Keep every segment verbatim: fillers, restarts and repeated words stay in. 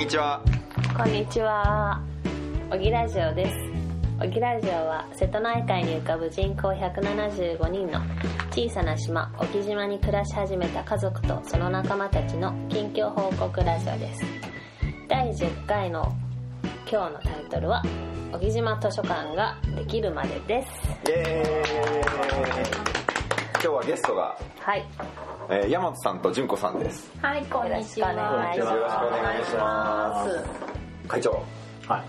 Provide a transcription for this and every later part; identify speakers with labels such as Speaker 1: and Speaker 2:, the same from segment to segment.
Speaker 1: ちは。
Speaker 2: こんにちは。おぎラジオです。おぎラジオは瀬戸内海に浮かぶ人口ひゃくななじゅうごにんの小さな島小木島に暮らし始めた家族とその仲間たちの近況報告ラジオです。だいじゅっかいの今日のタイトルは小木島図書館ができるまでです。
Speaker 1: イエーイ。今日はゲストが、
Speaker 2: はい、
Speaker 1: えー、山本さんと純子さんです。
Speaker 2: はい、こんにちは。
Speaker 1: よろしくお願いします。会長、
Speaker 3: はい、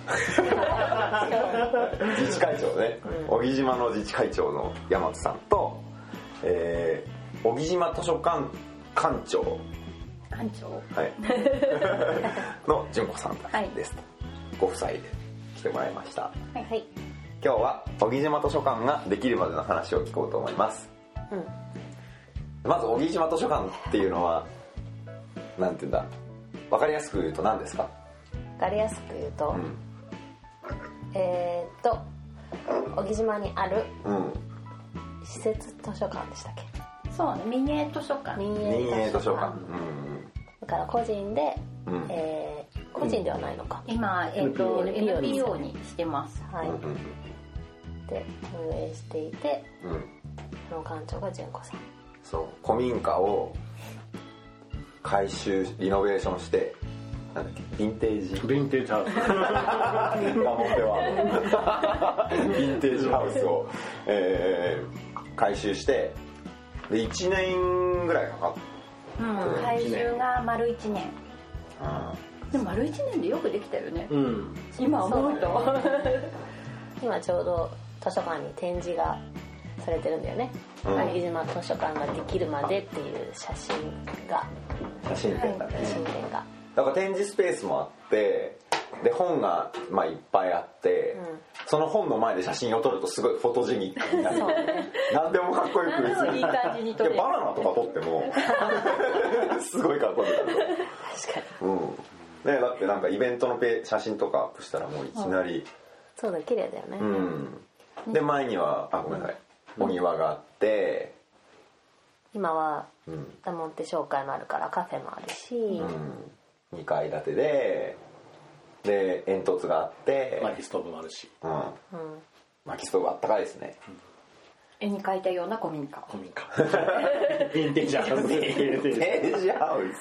Speaker 1: 自治会長ね、うん、小木島の自治会長の山本さんと、えー、小木島図書館館長
Speaker 2: 館長、
Speaker 1: はいの純子さんです、はい、ご夫妻で来てもらいました。
Speaker 2: はいはい。
Speaker 1: 今日は小木島図書館ができるまでの話を聞こうと思います。うん、まず小木島図書館っていうのはなんていうんだ、分かりやすく言うと何ですか？
Speaker 2: 分かりやすく言うと、うん、えー、っと小木島にある施設図書館でしたっけ？
Speaker 4: そうね、民営図書館。
Speaker 1: 民営図書館、うん、
Speaker 2: だから個人で、うん、えー、個人ではないのか、
Speaker 4: うん、今、えー、と エヌピーオー にしてます。
Speaker 2: はい、うん、で運営していて、うん、その館長が純子さん。
Speaker 1: そう、古民家を改修リノベーションしてなんだっけ、ヴィンテージ
Speaker 3: ヴィンテージハウス
Speaker 1: ラモンではヴィンテージハウスを、えー、改修してでいちねんぐらいかかっ
Speaker 4: た、うん、改修が丸いちねん。あでも丸いちねんでよくできたよね、うん、今思うと
Speaker 2: 今ちょうど図書館に展示がされてるんだよね、うん、小木島図書館ができるまでっていう写真が
Speaker 1: 写真展だね、
Speaker 2: 写真展が
Speaker 1: だから展示スペースもあってで本が、まあ、いっぱいあって、うん、その本の前で写真を撮るとすごいフォトジェニックになる何でもかっこよく
Speaker 4: いい感じに撮れる。
Speaker 1: バナナとか撮ってもすごいかっこよくなる。
Speaker 2: 確かに、
Speaker 1: うんね、だってなんかイベントのペ写真とかアップしたらもういきなり、うん、
Speaker 2: そうだ、綺麗だよね、
Speaker 1: うん、で前にはあごめんなさい、お庭があって
Speaker 2: 今はダモンテ紹介もあるからカフェもあるし、うん、
Speaker 1: にかい建てでで煙突があって
Speaker 3: 薪ストーブもあるし、うんうん、
Speaker 1: 薪ストーブあったかいですね。
Speaker 4: 絵に描いたような古民家
Speaker 3: 古民家ヴィンテージハウスヴィン
Speaker 1: テージハウ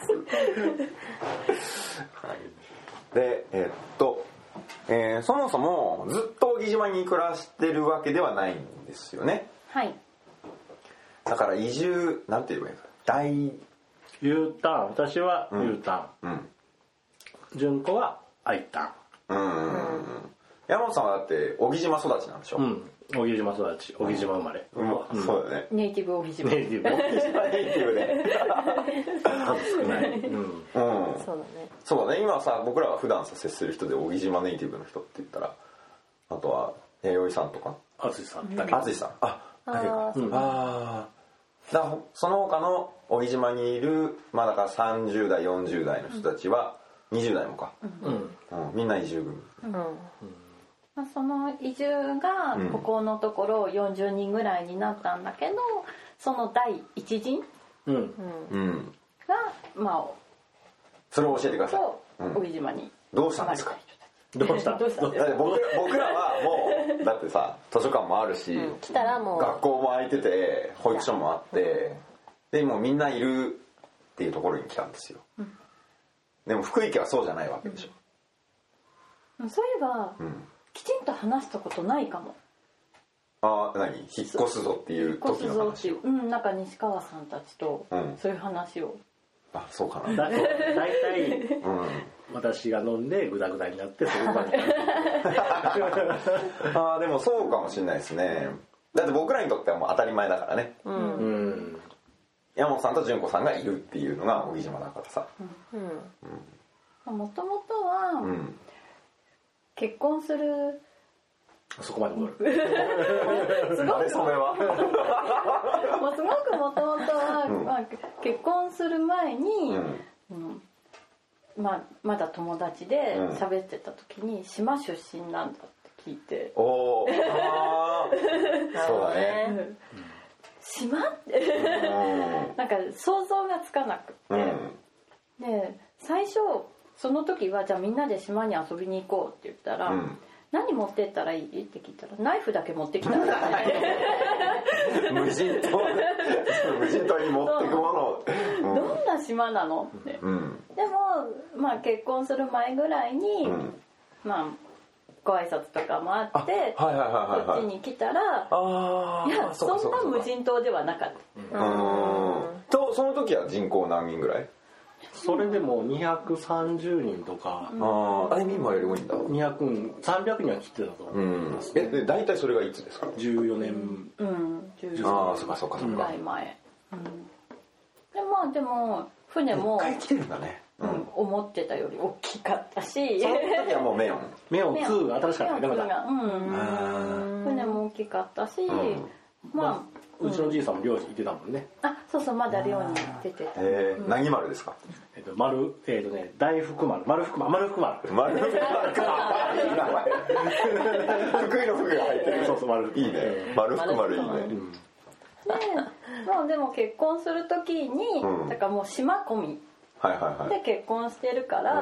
Speaker 1: スはい、でえー、っと、えー、そもそもずっと小木島に暮らしてるわけではないんですよね。
Speaker 4: はい。
Speaker 1: だから移住なんて言えばいいか、大
Speaker 3: U ターン、私は U ターン、うん、純子は I ターン。うんうんうん。
Speaker 1: 山本さんはだって小木島育ちなんでしょ？うん。
Speaker 3: 小木島育ち、小木島生まれ。
Speaker 1: うん、うん、そうだね。
Speaker 4: ネイティブ小木島。
Speaker 3: ネイティブ小木島
Speaker 1: ネイティブで。
Speaker 3: 数少ない。うん。うん。
Speaker 2: そうだね。
Speaker 1: そうだね。今さ、僕らが普段さ接する人で小木島ネイティブの人って言ったら、あとは弥生さんとか、
Speaker 3: 淳さん、
Speaker 1: 淳さん、あ、だけか。うん、ああ。だからその他の小木島にいる、まあだからさんじゅうだいよんじゅうだいの人たちはにじゅうだいもか。うん。うん、みんな移住組。うん。うん
Speaker 4: まあ、その移住がここのところよんじゅうにんぐらいになったんだけど、その第一陣、うんうん、がまあ
Speaker 1: それを教えてください。
Speaker 4: 小木島に
Speaker 1: どうしたんですか？
Speaker 3: どうしたんですか？
Speaker 1: だって僕ら、僕らはもうだってさ図書館もあるし、うん、
Speaker 2: 来たらもう
Speaker 1: 学校も空いてて保育所もあって、うん、でもうみんないるっていうところに来たんですよ、うん、でも福井家はそうじゃないわけでしょ、
Speaker 4: うん、そういえば、うんきちんと話したことないかも。
Speaker 1: ああ、何？引っ越すぞっていう時の話を。
Speaker 4: うん、なんか西川さんたちとそういう話を。うん、
Speaker 1: あ、そうかな。
Speaker 3: だいたい、うん、私が飲んでグダグダになってそういう感じ。
Speaker 1: ああ、でもそうかもしれないですね。だって僕らにとってはもう当たり前だからね。うん。うん、山本さんと純子さんがいるっていうのが小木島だからさ。うん。
Speaker 4: うん。もともとは。うん結婚する
Speaker 3: そこまで戻る
Speaker 4: すごく
Speaker 1: それは
Speaker 4: もうすごくもともとは、うんまあ、結婚する前に、うんうんまあ、まだ友達で喋ってた時に、うん、島出身なんだって聞いて
Speaker 1: おーあそうだね、うん、
Speaker 4: 島ってなんか想像がつかなくて、うん、で最初その時はじゃあみんなで島に遊びに行こうって言ったら、うん、何持ってったらいいって聞いたらナイフだけ持ってきたら
Speaker 1: 無人島無人島に持ってくものを、
Speaker 4: うん、どんな島なのって、うん、でも、まあ、結婚する前ぐらいに、うん、まあご挨拶とかもあってこっちに来たらあいやそんな無人島ではなかった。
Speaker 1: うんとその時は人口何人ぐらい？
Speaker 3: それでもにひゃくさんじゅうにんとか、
Speaker 1: うん、ああれ今より多いんだ。
Speaker 3: にひゃくにんさんびゃくにんは切ってたと思います、
Speaker 1: うん、えで大体それがいつですか？
Speaker 3: じゅうよねん、
Speaker 4: うん、じゅうよねん
Speaker 1: ああそっかそっかそっか
Speaker 4: ぐらい前、うん、でまあでも船も
Speaker 1: 一回来てるんだね、
Speaker 4: うん、思ってたより大きかったし
Speaker 1: その時はもうメオン
Speaker 3: メオンツーが新しかった
Speaker 4: メオンツーが、うん、船も大きかったし、うん、まあ
Speaker 3: うちのじいさんも漁師行ってたもんね。
Speaker 4: あ、そうそうまだ漁に出てた。
Speaker 1: えー、何丸ですか？
Speaker 3: えっと丸えっとね大福丸丸福丸丸福丸
Speaker 1: 丸福丸か。いい名前。福井の福が入ってる。
Speaker 3: そうそう丸
Speaker 1: いいね。丸福丸いいね。
Speaker 4: で、まあでも結婚するときに、うん、だからもう島込みで結婚してるから。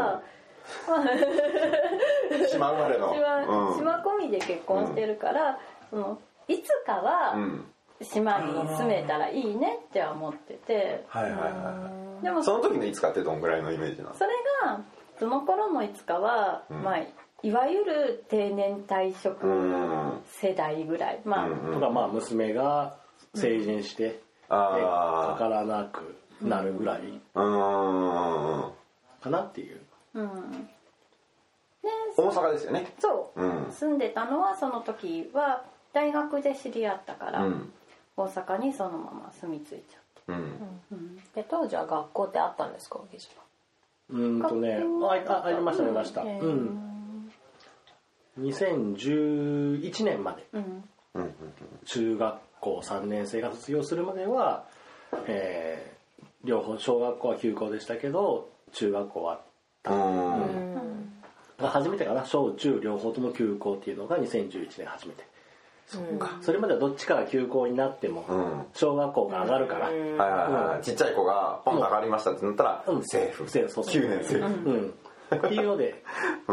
Speaker 1: うん、島生まれの。
Speaker 4: 島、うん、島込みで結婚してるから、そのいつかは。うん島に住めたらいいねって思ってて、
Speaker 1: はいはいはい。でもその時のいつかってどんぐらいのイメージなの？
Speaker 4: それがその頃のいつかは、うん、まあいわゆる定年退職世代ぐらい、まあ、
Speaker 3: とかまあ娘が成人して、うん、かからなくなるぐらい、うん、かなっていう。うん。
Speaker 4: で
Speaker 1: 大阪ですよね。
Speaker 4: そう、うん。住んでたのはその時は大学で知り合ったから。うん大阪にそのまま住み着いちゃって、うん
Speaker 2: うん、で当時は学校ってあったんですか？小木島
Speaker 3: うんとねあありましたありました、うん、にせんじゅういちねんまで、うん、中学校さんねん生が卒業するまでは、えー、両方小学校は休校でしたけど中学校はあった、うんうん、初めてかな小中両方とも休校っていうのがにせんじゅういちねん初めてそ, それまではどっちかが休校になっても小学校が上がるから、うん
Speaker 1: はいはいはい、ちっちゃい子がポンと上がりましたってなったら、うん、セーフ、
Speaker 3: セーフ
Speaker 1: きゅうねん生、うん
Speaker 3: うん、っていうので、うん、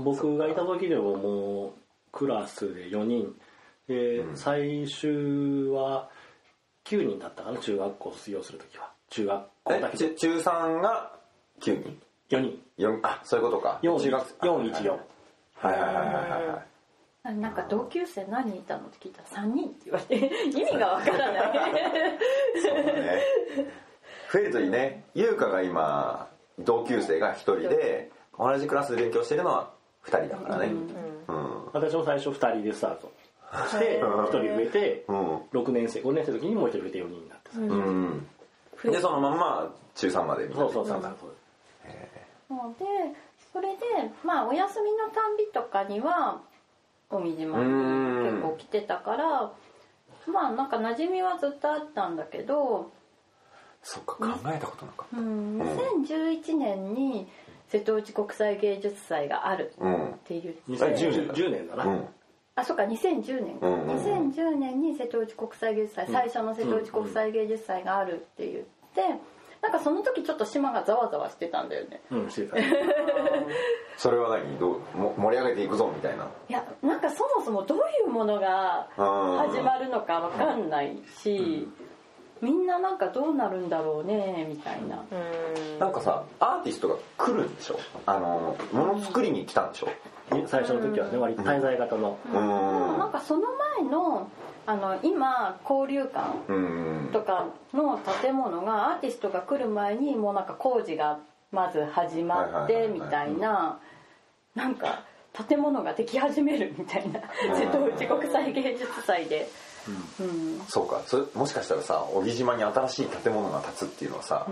Speaker 3: 僕がいた時でももうクラスでよにんで、うん、最終はきゅうにんだったかな中学校卒業する時は中学校だけ
Speaker 1: ど中さんがきゅうにん
Speaker 3: よにん
Speaker 1: よんあそういうことか
Speaker 3: よんいちよん
Speaker 1: はいはいはいはいはい
Speaker 4: なんか同級生何人いたのって聞いたらさんにんって言われて意味がわからない
Speaker 1: そうだね増えるといいね優香が今同級生がひとりで同じクラスで勉強してるのはふたりだからね、うん
Speaker 3: うん、私も最初ふたりでスタートしてひとり増えて、うん、ろくねん生ごねん生の時にもうひとり増えてよにんになってさ、うん
Speaker 1: うん、でそのまんま中さんまでみたいな
Speaker 3: そうそうそうそう
Speaker 4: でそれでまあお休みのたんびとかには小見島に結構来てたからまあなんか馴染みはずっとあったんだけど
Speaker 1: そっか考えたことなかった、うん、
Speaker 4: にせんじゅういちねんに瀬戸内国際芸術祭があるって言って、うん、
Speaker 3: にせんじゅうねんだな、うん、
Speaker 4: あそっかにせんじゅうねん、うんうん、にせんじゅうねんに瀬戸内国際芸術祭、うん、最初の瀬戸内国際芸術祭があるって言ってなんかその時ちょっと島がざわざわしてたんだよね。
Speaker 3: うん、してた。
Speaker 1: それは何どうも盛り上げていくぞみたいな。
Speaker 4: いや、なんかそもそもどういうものが始まるのかわかんないし、うん、みんななんかどうなるんだろうねみたいな。
Speaker 1: うんなんかさ、アーティストが来るんでしょ。あのもの作りに来たんでしょ。
Speaker 3: 最初の時はね、割と滞在型の。
Speaker 4: うん、でもなんかその前の。あの今交流館とかの建物がアーティストが来る前にもうなんか工事がまず始まってみたいななんか建物ができ始めるみたいな瀬戸内国際芸術祭で、
Speaker 1: うんうん、そうかそれもしかしたらさ小木島に新しい建物が建つっていうのはさ、うん、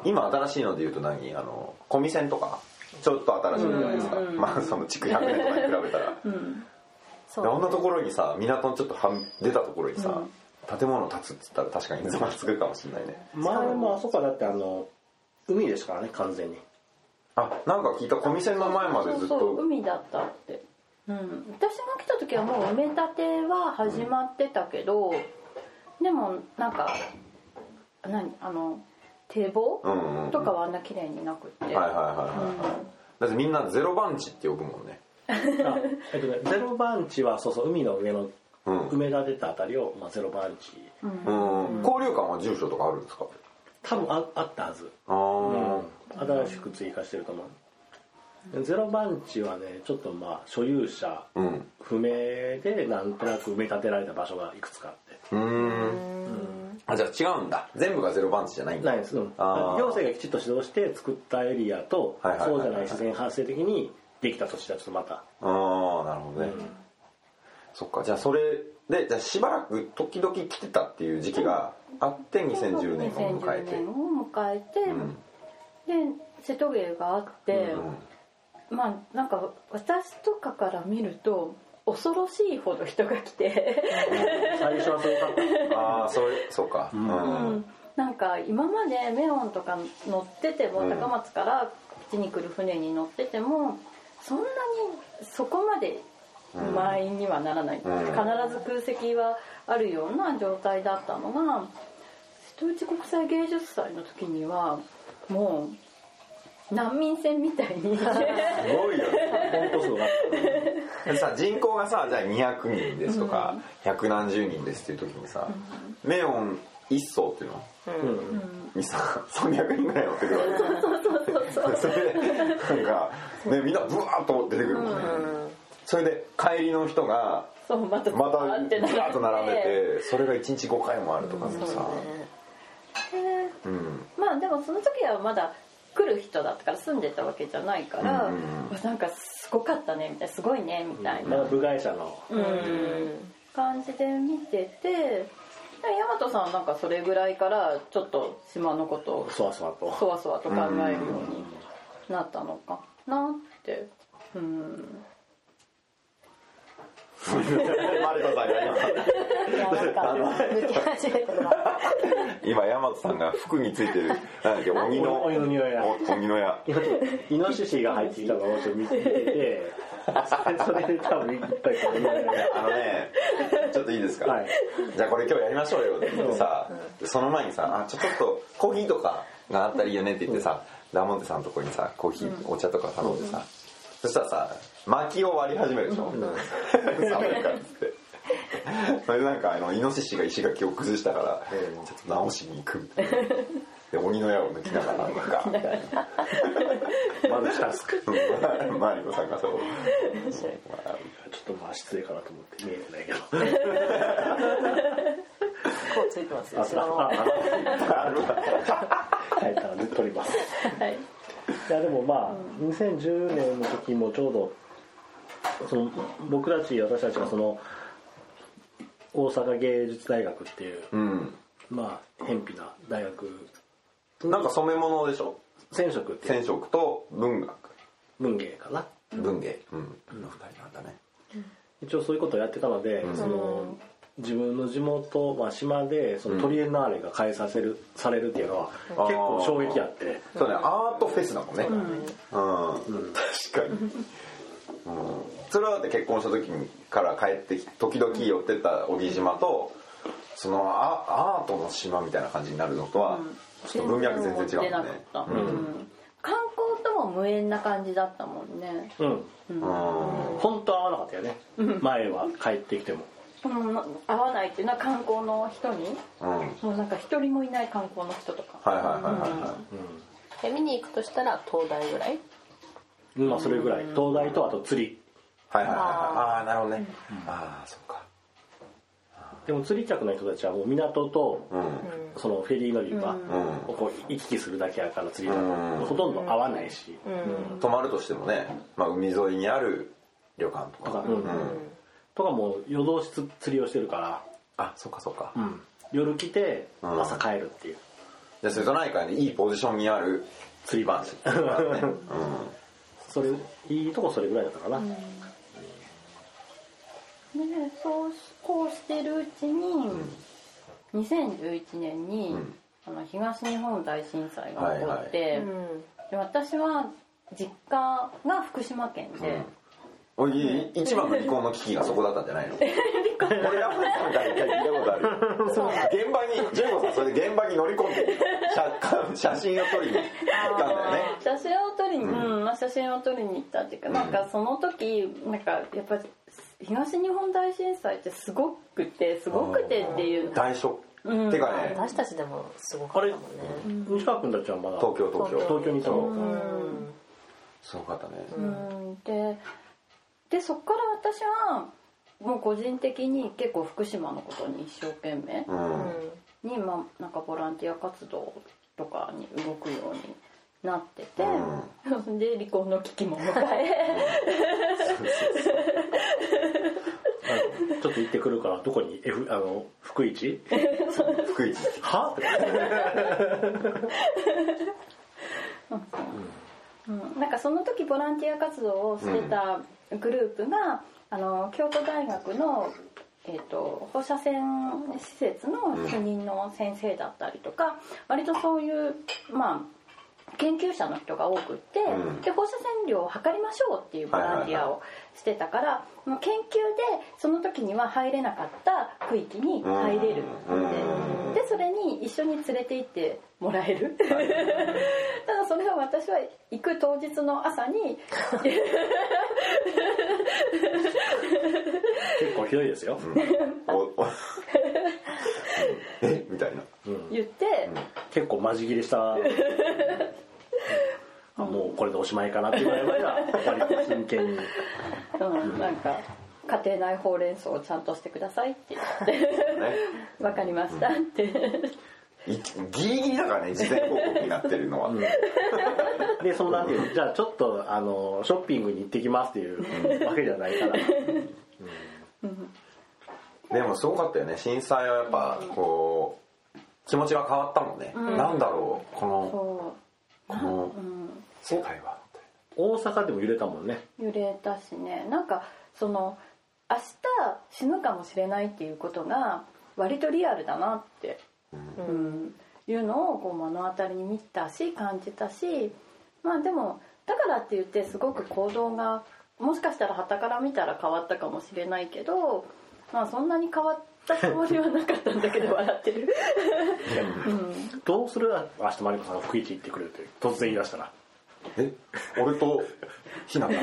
Speaker 1: 今新しいのでいうと何あの小見線とかちょっと新しいじゃないですか、うんうん、まあその築ひゃくねんとかに比べたら。うんあんなところにさ港のちょっとは出たところにさ、うん、建物建つって言ったら確かにざわつくかもしれないね
Speaker 3: 前もあそこだってあの海ですからね完全に
Speaker 1: あなんか聞いた小見線の前までずっとそう
Speaker 4: そう海だったって、うん、私が来た時はもう埋め立ては始まってたけど、うん、でもなんか何あの堤防、うんうん、とかはあんな綺麗になくって、はいはいはいはい、
Speaker 1: うん、だってみんなゼロ番地って呼ぶもんね。
Speaker 3: あ、えっとね、ゼロ番地はそうそう海の上の梅田出たあたりを、まあ、ゼロ番地、
Speaker 1: うんうん、交流館は住所とかあるんですか？
Speaker 3: 多分 あ, あったはず。あ、うん、新しく追加してると思う。ゼロ番地はねちょっとまあ所有者不明でなんとなく埋め立てられた場所がいくつかあって、うーん、うん、
Speaker 1: あ、じゃあ違うんだ、全部がゼロ番地じゃないんだ。
Speaker 3: ないです、うん、行政がきちっと指導して作ったエリアと、はいはいはいはい、そうじゃない自然発生的にできた土地はちょっとまた、
Speaker 1: ああなるほどね、うん、そっか。じゃあそれでじゃあしばらく時々来てたっていう時期があってにせんじゅうねんを迎えて、にせんじゅうねん
Speaker 4: を迎えて、うん、で瀬戸芸があって、うん、まあなんか私とかから見ると恐ろしいほど人が来て
Speaker 3: 最初はそうかった
Speaker 1: ああそれそうか、うん
Speaker 4: うん、なんか今までメオンとか乗ってても、うん、高松からこっちに来る船に乗っててもそんなにそこまで満員にはならない、うん、必ず空席はあるような状態だったのが瀬戸内国際芸術祭の時にはもう難民船みたいにすごいよ
Speaker 3: ね。本当そうだ
Speaker 1: さ人口がさじゃあにひゃくにんですとか、うん、百何十人ですっていう時にさ、うん、メオン一層っていうの、うん、にささんびゃくにんぐらい乗ってくるわけ。そうそうそうそうそれでなんか、ね、みんなブワーッと出てくるもんね、うん、それで帰りの人が
Speaker 4: そうまた
Speaker 1: またブワーッと並んでてそれがいちにちごかいもあるとかもさ、
Speaker 4: うんうん、まあでもその時はまだ来る人だったから住んでたわけじゃないから、うんうん、なんかすごかったねみたいなすごいねみたいな、
Speaker 3: うん、部外者の、
Speaker 4: うん、感じで見てて大和さんはなんかそれぐらいからちょっと島のことを
Speaker 3: そわそわと
Speaker 4: そわそわと考えるようになったのかなって。うん。
Speaker 1: マリコさんが今大和さんが服についてるなんだっけ鬼の
Speaker 3: 鬼の匂いや
Speaker 1: 鬼のや
Speaker 3: イノシシが入ってきたのをちょっと見ててそれで多分いっぱい鬼の匂い
Speaker 1: あのねちょっといいですか、はい、じゃあこれ今日やりましょうよって言ってさ、うん、その前にさあちょっとコーヒーとかがあったらいいよねって言ってさ、うん、ダモンテさんのとこにさコーヒー、うん、お茶とか頼んでさ、うん、そしたらさ薪を割り始めるでしょ、うん、寒いからっつってそれでなんかあのイノシシが石垣を崩したから、うん、ちょっと直しに行くみたいなで鬼の矢を抜きながらなんか
Speaker 3: まだしたんすか
Speaker 1: マリコさんがそう
Speaker 3: ちょっとまあ失礼かなと思って見えてないけど
Speaker 2: こうついてますよ後ろの
Speaker 3: はい、撮ります
Speaker 4: はい
Speaker 3: いやでもまあ、うん、にせんじゅうねんの時もちょうどその僕たち私たちがその大阪芸術大学っていう、うん、まあ偏僻な大学
Speaker 1: なんか染め物でしょ
Speaker 3: 染色って
Speaker 1: 染色と文学
Speaker 3: 文芸かな
Speaker 1: 文芸、うん、のふたりなんだね、
Speaker 3: うん、一応そういうことをやってたので、うん、その自分の地元、まあ、島でそのトリエンナーレが開催させる、うん、されるっていうのは結構衝撃あって
Speaker 1: そうねアートフェスだもんね、うんうんうん、確かに、うん、それはだって結婚した時から帰ってきて時々寄ってた小木島とそのアートの島みたいな感じになるのとはちょっと文脈全然違うもんね、うんうん、
Speaker 4: 観光とも無縁な感じだったもんね
Speaker 3: うん、うん、本当は合わなかったよね前は帰ってきても
Speaker 4: うん、会わないっていうのは観光の人に、うん、もうなんか一人もいない観光の人とか
Speaker 1: はいはいはいはい
Speaker 2: はい、うん、見に行くとしたら東大ぐらい
Speaker 3: まあそれぐらい、うん、東大とあと釣り
Speaker 1: はいはいはいああなるほどね、うん、ああそっか
Speaker 3: でも釣り客の人たちはもう港と、うん、そのフェリー乗り場をこう行き来するだけやから釣りは、うん、ほとんど合わないし、
Speaker 1: うんうん、泊まるとしてもね、まあ、海沿いにある旅館とか、うんうん
Speaker 3: とかもう夜通し釣りをしてるから
Speaker 1: あそっかそっか、うん、
Speaker 3: 夜来て朝帰るっていう、うん、
Speaker 1: じゃあ瀬戸内海にいいポジションにある釣り場、ねうん、
Speaker 3: それいいとこそれぐらいだったかな、うん、ね
Speaker 4: そうこうしてるうちに、うん、にせんじゅういちねんに、うん、あの東日本大震災が起こって、はいはい、で私は実家が福島県で、
Speaker 1: おい一番の離婚の危機がそこだったんじゃないの？俺ヤフーさんから一回聞いたことある。そう現場にジェイコさんそれで現場に乗り込んで写, 写真を撮りに行ったんだよね。
Speaker 4: 写真を撮りに、うんまあ、写真を撮りに行ったっていうか、うん、なんかその時なんかやっぱり東日本大震災ってすごくてすごくてっていう
Speaker 1: 大ショック。うん、てかね
Speaker 2: 私たちでもすごかったもんね。
Speaker 3: 西川君たちはまだ
Speaker 1: 東京東京
Speaker 3: 東京にいたの、
Speaker 1: うん、すごかったね、
Speaker 4: うん、で, でそっから私はもう個人的に結構福島のことに一生懸命、うん、に、まあ、なんかボランティア活動とかに動くようになってて、うん、で離婚の危機も迎え
Speaker 3: ちょっと行ってくるからどこに F あの福市
Speaker 1: 福市
Speaker 3: は
Speaker 4: うん、なんかその時ボランティア活動をしてたグループが、うん、あの京都大学の、えーと、放射線施設の主任の先生だったりとか、うん、割とそういうまあ研究者の人が多くって、うん、で放射線量を測りましょうっていうボランティアをしてたから、はいはいはい、研究でその時には入れなかった区域に入れるので、でそれに一緒に連れて行ってもらえる、はい、ただそれは私は行く当日の朝に
Speaker 3: 結構ひどいですよ、うん、
Speaker 1: えみたいな、
Speaker 4: うん、言って、
Speaker 3: うん、結構マジ切れしたあもうこれでおしまいかなっていうぐらいまでは割と真剣に、
Speaker 4: うん、なんか家庭内ほうれん草をちゃんとしてくださいって言って分かりましたって、
Speaker 1: うん、ギリギリだからね事前報告になってるのは、うん、
Speaker 3: でそのなんていうじゃあちょっとあのショッピングに行ってきますっていうわけじゃないから、
Speaker 1: うん、でもすごかったよね震災はやっぱこう気持ちが変わったもんね、うん、なんだろうこのこの世界は
Speaker 3: 大阪でも揺れたもんね。
Speaker 4: 揺れたしね、なんかその明日死ぬかもしれないっていうことが割とリアルだなって、うんうん、いうのをこう目の当たりに見たし感じたし、まあでもだからって言ってすごく行動がもしかしたら傍から見たら変わったかもしれないけど、まあそんなに変わったつもりはなかったんだけど笑ってる、
Speaker 3: うん、どうする明日マリコさんが福井行ってくれるって突然言い出したら
Speaker 1: え俺とひながあ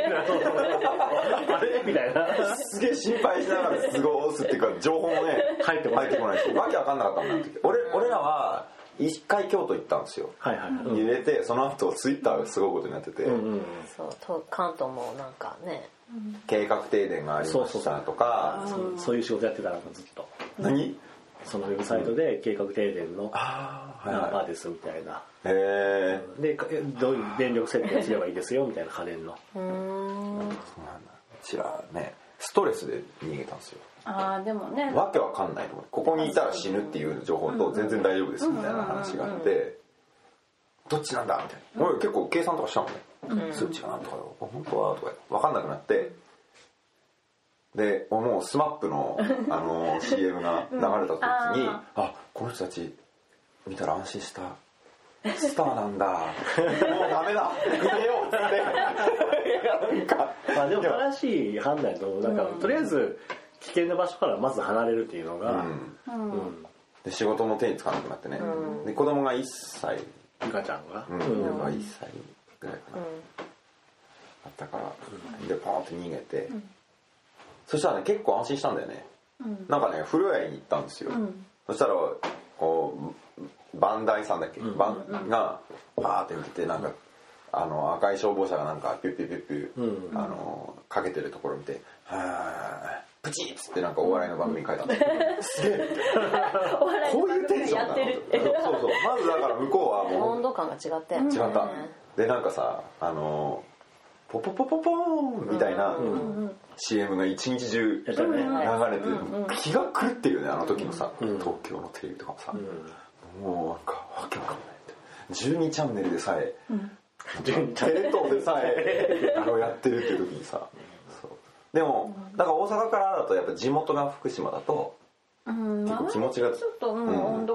Speaker 3: れみたいな
Speaker 1: すげえ心配しながら過ごすっていうか情報もね入ってこないしわけわかんなかったもんなんて俺俺らは一回京都行ったんですよ、はいはいはい、入れてその後ツイッターがすごいことになってて、うんうん、
Speaker 2: そう関東もなんかね
Speaker 1: 計画停電がありましたとか
Speaker 3: そうそうそう、そういう仕事やってたらずっと
Speaker 1: 何
Speaker 3: そのウェブサイトで計画停電のナンバーですみたいな、
Speaker 1: うん、へ
Speaker 3: えでどういう電力設定すればいいですよみたいな家電の
Speaker 1: うーんそうなんだうちらねストレスで逃げたんですよ。
Speaker 4: あでもね
Speaker 1: わけわかんないとここにいたら死ぬっていう情報と全然大丈夫ですみたいな話があってどっちなんだみたいな、俺結構計算とかしたもんね、うん、数値がなんとか本当はとか分かんなくなってでもうスマップの、あのー、シーエム が流れた時に、うん、あ, あこの人たち見たら安心したスターなんだもうダメだ逃げようってなんか
Speaker 3: まあでも正しい判断だとなんか、うん、とりあえず危険な場所からまず離れるっていうのが、
Speaker 1: うんうん、で仕事も手につかなくなってね、うん、で子供がいっさい
Speaker 3: ゆかちゃんが、
Speaker 1: うんうん、がいっさいぐらいかな、うん、あったから、うん、でポーンって逃げて、うん、そしたらね結構安心したんだよね、うん、なんかね風呂屋に行ったんですよ、うん、そしたらこうバンダイさんだっけ、うん、バンがパーって見ててなんかあの赤い消防車がなんかピュッピュッピュッピュッ、うん、あのかけてるところを見てはープチッつってなんかお笑いの番組に書いたんですよすげえこういうテンションなのそうそうまずだから向こうはもう
Speaker 2: 温度感が違って違
Speaker 1: った、でなんかさあのポポポポポーンみたいな シーエム が一日中流れてる気が狂ってるよねあの時のさ、うん、東京のテレビとかもさ、うん、もうなんかわけわかんないじゅうにチャンネルでさえ、うん、テレ東でさえあのやってるっていう時にさそうでもだから大阪からだとやっぱ地元が福島だと、うん、結構気持ちが
Speaker 4: ちょっと、うん、温度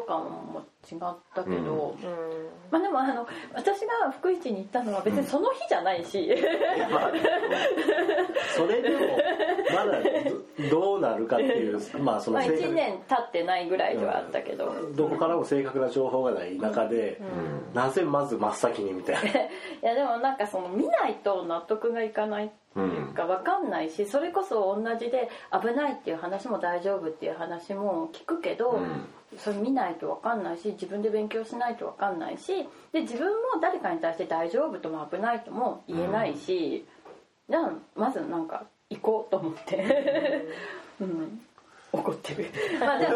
Speaker 4: 感も違ったけど、うん、まあでもあの私が福市に行ったのは別にその日じゃないし、うん、
Speaker 3: まあ、それでもまだどうなるかっていうまあその
Speaker 4: まあいちねん経ってないぐらいではあったけど、
Speaker 3: うん、どこからも正確な情報がない中で、うん、なぜまず真っ先にみたいな。い
Speaker 4: やでもなんかその見ないと納得がいかないっていうか分かんないし、それこそ同じで危ないっていう話も大丈夫っていう話も聞くけど、うん、それ見ないと分かんないし自分で勉強しないと分かんないし、で自分も誰かに対して大丈夫とも危ないとも言えないし、じゃあまずなんか行こうと思ってうん、怒ってるまあでも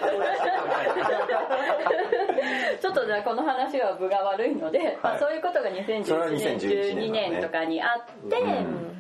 Speaker 4: ちょっとじゃあこの話は分が悪いので、はい、まあ、そういうことがにせんじゅういちねんじゅうにねんとかにあって、うん、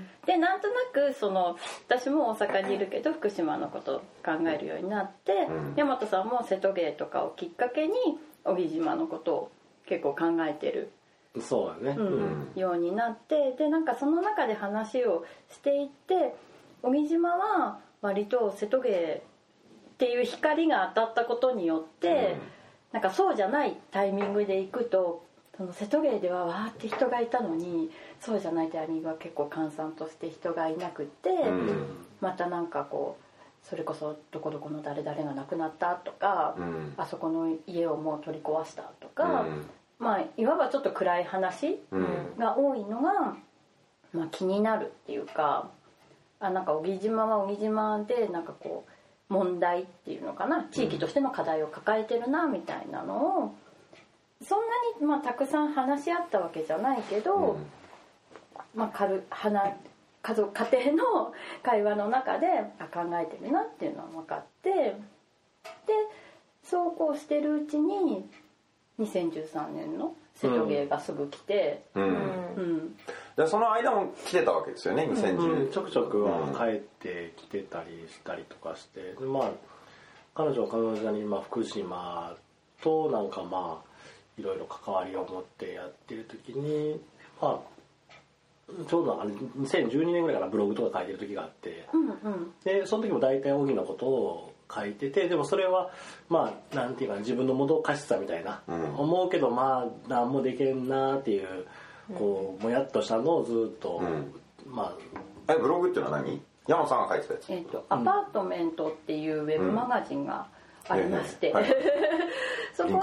Speaker 4: でなんとなくその私も大阪にいるけど福島のことを考えるようになって、うん、大和さんも瀬戸芸とかをきっかけに小木島のことを結構考えてる
Speaker 3: そうだね、
Speaker 4: うんうん、ようになって、でなんかその中で話をしていって小木島は割と瀬戸芸っていう光が当たったことによって、うん、なんかそうじゃないタイミングで行くとその瀬戸芸ではわーって人がいたのにそうじゃないタイミングは結構閑散として人がいなくって、うん、またなんかこうそれこそどこどこの誰々が亡くなったとか、うん、あそこの家をもう取り壊したとか、うん、まあいわばちょっと暗い話が多いのが、まあ、気になるっていうか、あなんか小木島は小木島でなんかこう問題っていうのかな、地域としての課題を抱えてるなみたいなのをそんなに、まあ、たくさん話し合ったわけじゃないけど、うん、まあ、軽話家族家庭の会話の中であ考えてるなっていうのは分かって、でそうこうしてるうちににせんじゅうさんねんの瀬戸芸がすぐ来て、うんうん
Speaker 1: うん、でその間も来てたわけですよね、にせんじゅう、
Speaker 3: うん、ちょくちょくは帰ってきてたりしたりとかして、でまあ彼女は彼女に、まあ、福島となんかまあいろいろ関わりを持ってやってる時に、まあちょうどあれにせんじゅうにねんぐらいからブログとか書いてる時があって、
Speaker 4: うんうん、
Speaker 3: でその時も大体荻のことを書いてて、でもそれはまあなんていうか自分のもどかしさみたいな、うん、思うけどまあ何もできんなっていうこうもやっとしたのをずっと、うん、ま
Speaker 1: あえブログっていうのは何？山本さんが書いてたやつ、
Speaker 4: えーと、アパートメントっていうウェブマガジンがありまして、うんはい、そこに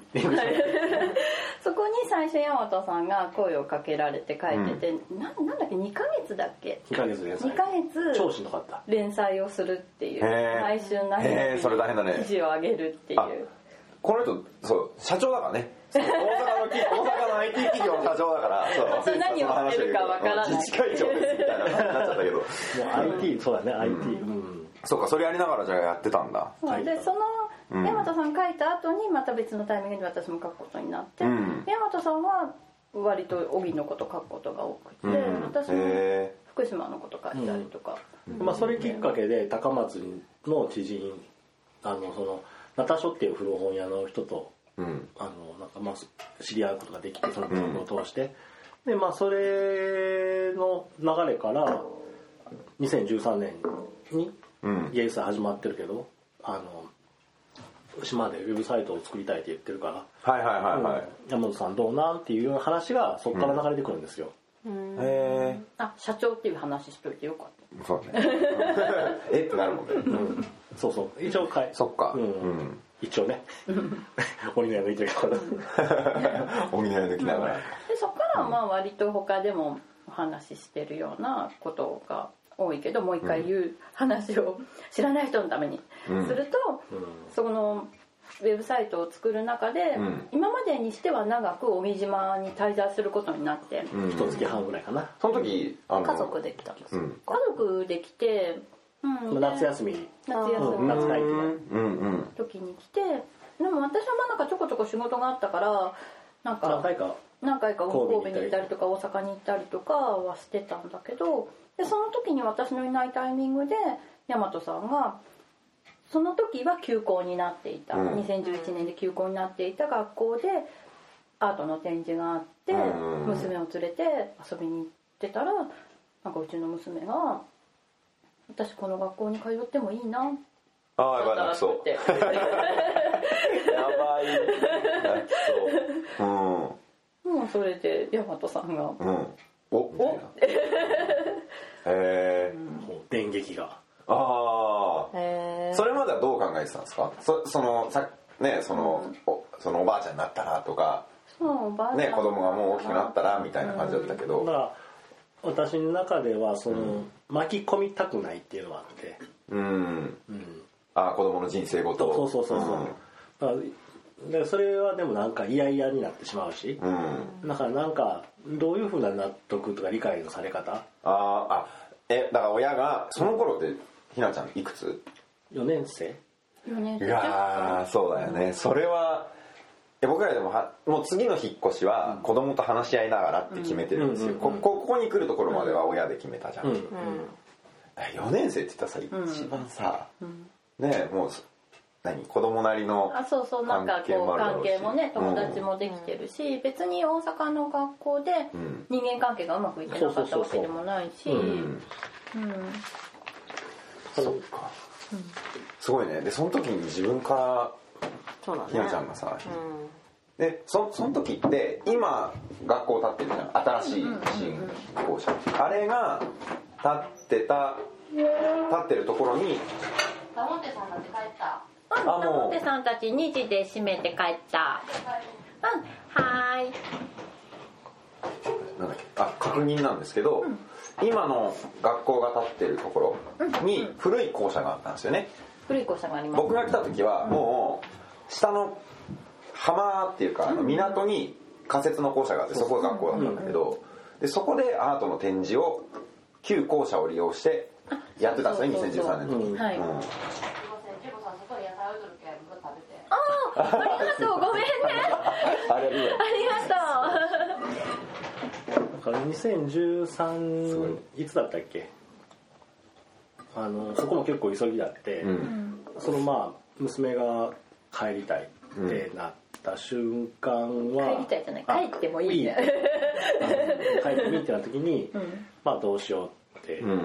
Speaker 4: そこに最初大和さんが声をかけられて書いてて、うん、な, なんだっけにかげつだっけ
Speaker 3: にかげつ連載
Speaker 4: にかげつ
Speaker 3: 超しんどかった
Speaker 4: 連載をするっていう毎週何
Speaker 1: 日それ大変だね
Speaker 4: 記事を上げるっていう、
Speaker 1: この人そう社長だからね大阪の大阪の アイティー 企業の社長だから
Speaker 4: そう何を言ってるかわからない
Speaker 1: 自治会長ですみたいな感じになっちゃったけどもう
Speaker 3: アイティー そうだね アイティー、うん
Speaker 1: うん、そうかそれやりながらじゃあやってたんだ。
Speaker 4: そうでその大和さん書いた後にまた別のタイミングで私も書くことになって、うん、大和さんは割と荻のこと書くことが多くて、うん、私も福島のこと書いたりとか、
Speaker 3: うんまあ、それきっかけで高松の知人あのそのナタショっていう古本屋の人と、うん、あのなんかまあ知り合うことができてそのブログを通して、うん、でまあそれの流れからにせんじゅうさんねんに芸術始まってるけど、あの島でウェブサイトを作りたいって言ってるから
Speaker 1: はいはいはいはい、
Speaker 3: うん、山本さんどうなんっていうような話がそこから流れてくるんですよ、
Speaker 4: うん、へえあ社長っていう話しといてよかった
Speaker 1: そうねえってなるもんね、うん、
Speaker 3: そうそう一応かい
Speaker 1: そっか、
Speaker 3: うんうん、一応ね鬼の矢抜いてるから
Speaker 1: 鬼の矢抜きながら、
Speaker 4: でそこからまあ割と他でもお話ししてるようなことが多いけどもう一回言う話を知らない人のためにすると、うん、そのウェブサイトを作る中で、うん、今までにしては長く小木島に滞在することになって、
Speaker 3: うん、一月半ぐらいかな。
Speaker 1: その時
Speaker 4: あの家族で来たんです、うん、家族で来て、
Speaker 3: うん、夏休み
Speaker 4: 夏休み
Speaker 3: 夏会期の
Speaker 4: 時に来て、でも私はまあなんかちょこちょこ仕事があったからなんか
Speaker 3: 何回か
Speaker 4: 何回か神戸に行ったりとか大阪に行ったりとかはしてたんだけど、でその時に私のいないタイミングで大和さんがその時は休校になっていた、うん、にせんじゅういちねんで休校になっていた学校でアートの展示があって、うん、娘を連れて遊びに行ってたらなんかうちの娘が私この学校に通ってもいいな
Speaker 1: ああやばい泣きそうや
Speaker 4: それで大和さんが
Speaker 1: 「うん、おみたいなへえ
Speaker 3: もう電撃が
Speaker 1: ああ
Speaker 4: へえ
Speaker 1: それまではどう考えてたんですか？そそのさねその、うん、おそのおばあちゃんになったらとか
Speaker 4: そうおばあちゃん
Speaker 1: ね子供がもう大きくなったらみたいな感じだったけど、
Speaker 3: うん、だから私の中ではその、うん、巻き込みたくないっていうのがあって
Speaker 1: うん、うん、あ子供の人生ごと
Speaker 3: そうそうそうそう、うん、だからでそれはでもなんか嫌々になってしまうし、うん、だからなんかどういうふうな納得とか理解のされ方
Speaker 1: ああえだから親がその頃ってひなちゃんいくつ？
Speaker 3: よねん生
Speaker 4: よねん生
Speaker 1: いやそうだよね、うん、それは僕らでもはもう次の引っ越しは子供と話し合いながらって決めてるんですよ、うん、こ, ここに来るところまでは親で決めたじゃん、うんうん、よねん生って言ったらさ一番さ、うん、ねもう何子供なりの
Speaker 4: あそうそうなんかこう関係もね友達もできてるし、うん、別に大阪の学校で人間関係がうまくいってなかったわけでもないし
Speaker 1: そっか、うん、すごいねでその時に自分からひなちゃんがさ、うん、で そ, その時って今学校建ってるじゃん新しい新校舎、うんうんうん、あれが建ってた建ってるところに
Speaker 2: ダモンテさんだって帰った
Speaker 4: うん、ダモンテさんたちにじで閉めて帰ったうんはーい
Speaker 1: なんだっけあ確認なんですけど、うん、今の学校が建ってるところに古い校舎があったんですよね、
Speaker 4: うん、古い校舎があります。
Speaker 1: 僕が来た時はもう下の浜っていうか、うん、港に仮設の校舎があってそこが学校だったんだけど、でそこでアートの展示を旧校舎を利用してやってたんですねにせんじゅうさんねんの時、うんはいうん
Speaker 4: あありがとうごめんね
Speaker 1: ありがとう
Speaker 3: だからにせんじゅうさんいつだったっけあのそこも結構急ぎだって、うん、そのまあ娘が帰りたいってなった瞬間は、
Speaker 4: うん、帰りたいじゃない帰ってもいいね
Speaker 3: 帰ってもいいってなった時に、うん、まあどうしようってなって、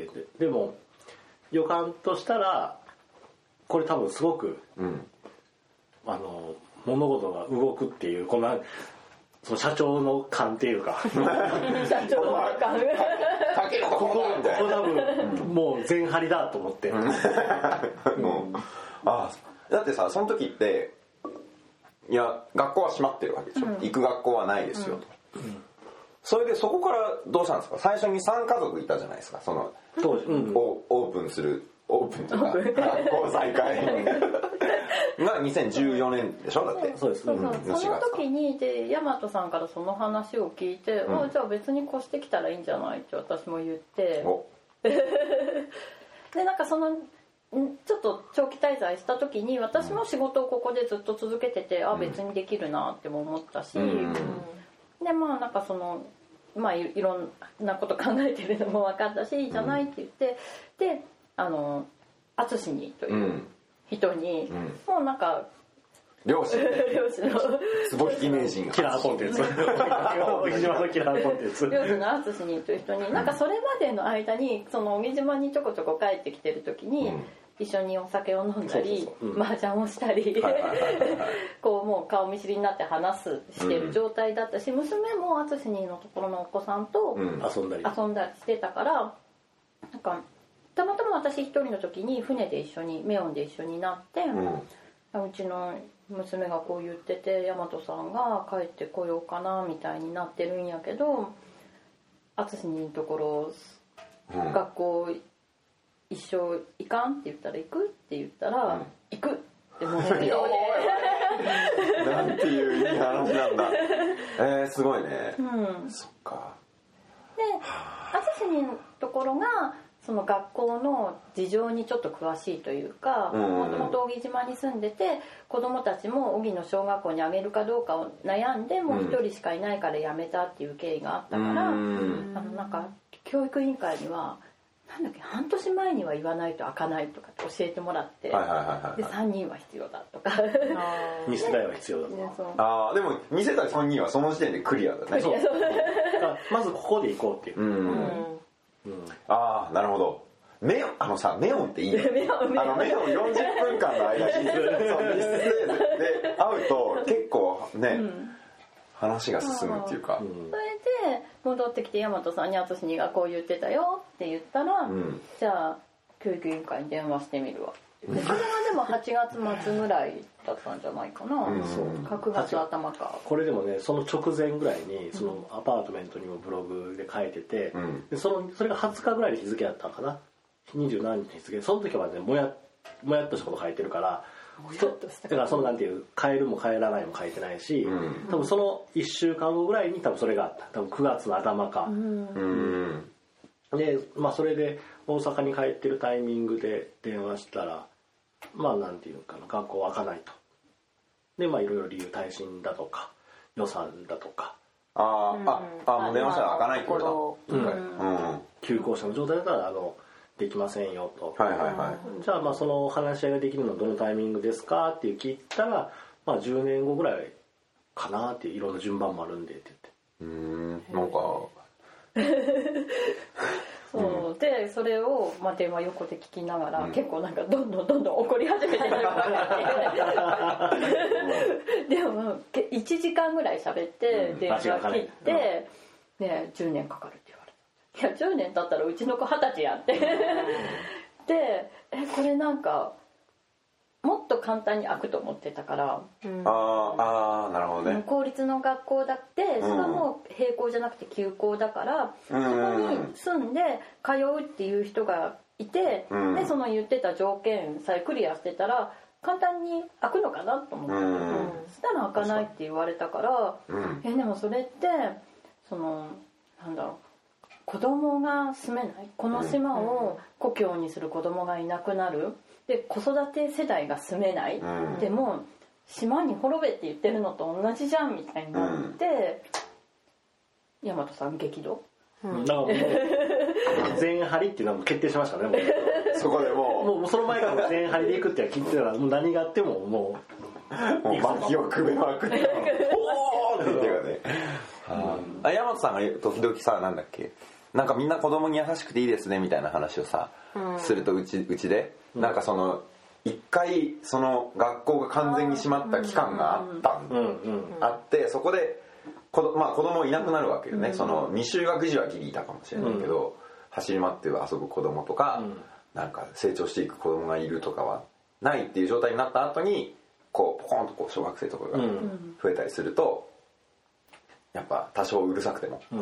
Speaker 3: うん、で, でも予感としたらこれ多分すごく、うんあの物事が動くっていうこんなその社長の勘っていうか
Speaker 4: 社長の勘
Speaker 3: ここここ多分もう全張りだと思ってもう
Speaker 1: あだってさその時っていや学校は閉まってるわけでしょ、うん、行く学校はないですよと、うん、それでそこからどうしたんですか最初にさん家族いたじゃないですかその
Speaker 3: 当時、うん、
Speaker 1: オープンするオープンとか学校再開がにせんじゅうよねんでしょだって
Speaker 3: そうです、
Speaker 4: そうそう、うん、その時にで大和さんからその話を聞いて、うん、じゃあ別に越してきたらいいんじゃないって私も言ってでなんかそのちょっと長期滞在した時に私も仕事をここでずっと続けてて、うん、あ別にできるなっても思ったし、うん、でまあなんかそのまあ い, いろんなこと考えてるのも分かったしいいじゃないって言って、うん、であの淳にという人に、うん、もうなんか
Speaker 1: 漁師
Speaker 4: 漁師の
Speaker 1: 坪引き名人
Speaker 3: キラーコンテンツ小木島のキラーコンテンツ
Speaker 4: 漁師の淳にという人に、うん、なんかそれまでの間にその小木島にちょこちょこ帰ってきてる時に、うん、一緒にお酒を飲んだり麻雀をしたりこうもう顔見知りになって話すしてる状態だったし、うん、娘も淳にのところのお子さんと
Speaker 3: 遊んだり
Speaker 4: 遊んだりしてたからなんかたまたま私一人の時に船で一緒にメオンで一緒になって、うん、うちの娘がこう言ってて大和さんが帰ってこようかなみたいになってるんやけど淳のところ、うん、学校一生行かんって言ったら行くって言ったら、うん、行くってもう本当で
Speaker 1: なんていういい話なんだえー、すごいね、うん、そっか
Speaker 4: で淳のところがその学校の事情にちょっと詳しいというかもともと小木島に住んでて子供たちも小木の小学校にあげるかどうかを悩んでもう一人しかいないから辞めたっていう経緯があったから、うん、あのなんか教育委員会にはなんだっけ半年前には言わないと開かないとかって教えてもらって、はいはいはいはい、でさんにんは必要だとか
Speaker 3: に世代は必要だと、ね、
Speaker 1: ああでもに世代さんにんはその時点でクリアだねそう
Speaker 3: まずここで行こうっていう、うんうん
Speaker 1: うん、ああなるほどメオンあのさメオンっていいねメオンあのメオンよんじゅっぷんかんの間にそう密室で会うと結構ね、うん、 話が進むっていうか、
Speaker 4: それで戻ってきて大和さんに私にがこう言ってたよって言ったら、うん、じゃあ教育委員会に電話してみるわ。でそれはでもはちがつまつぐらいだったんじゃないかな、うん、そうくがつ頭か。
Speaker 3: これでもねその直前ぐらいにそのアパートメントにもブログで書いてて、うん、でそのそれがはつかぐらいの日付だったのかな、二十何日の日付。その時はねもやもやっとしたこと書いてるから、だからそのなんていう帰るも帰らないも書いてないし、うん、多分そのいっしゅうかんごぐらいに多分それがあった。多分くがつの頭か、うん、でまあそれで大阪に帰ってるタイミングで電話したら、まあなんていうかな、学校開かないと。でまあいろいろ理由、耐震だとか予算だとか、
Speaker 1: あ、うん、ああもう電話したら開かないってことだ、
Speaker 3: うんうん、休校者の状態だったらあのできませんよと、
Speaker 1: はいはいはい、
Speaker 3: じゃあまあその話し合いができるのはどのタイミングですかって聞いたら、まあじゅうねんごぐらいかなっていう、いろんな順番もあるんでって
Speaker 1: 言って、うーんなんか
Speaker 4: そうでそれを、まあ、電話横で聞きながら、うん、結構なんかどんどんどんどん怒り始めてるでもいちじかんぐらい喋って電話切って、うん、ね、じゅうねんかかるって言われた。いやじゅうねん経ったらうちの子はたちやってでえこれなんかもっと簡単に開くと思ってたから、
Speaker 1: うん、ああなるほどね。
Speaker 4: 公立の学校だってそれはもう並校じゃなくて休校だから、うん、そこに住んで通うっていう人がいて、うん、でその言ってた条件さえクリアしてたら簡単に開くのかなと思って、うん、そしたら開かないって言われたから、うん、えでもそれってそのなんだろう、子供が住めない、この島を故郷にする子供がいなくなる、で子育て世代が住めない、うん、でも島に滅べって言ってるのと同じじゃんみたいになって、うん、大和さん激怒、
Speaker 3: うん、だからもう全張りっていうのはもう決定しましたね。もう
Speaker 1: そこでもう
Speaker 3: もうその前から全張りでいくって聞いてたらもう何があってもも
Speaker 1: うもう薪をくべまくっておーっていうかね、うん、あ大和さんが時々さなんだっけ、なんかみんな子供に優しくていいですねみたいな話をさ、うん、するとうちうちでなんかその一回その学校が完全に閉まった期間があったん、うんうん、あってそこでこ、まあ、子供いなくなるわけよね、うん、その未就学児はギリいたかもしれないけど、うん、走り回って遊ぶ子供とか、うん、なんか成長していく子供がいるとかはないっていう状態になった後にこうポコンとこう小学生とかが増えたりすると、やっぱ多少うるさくても、うん、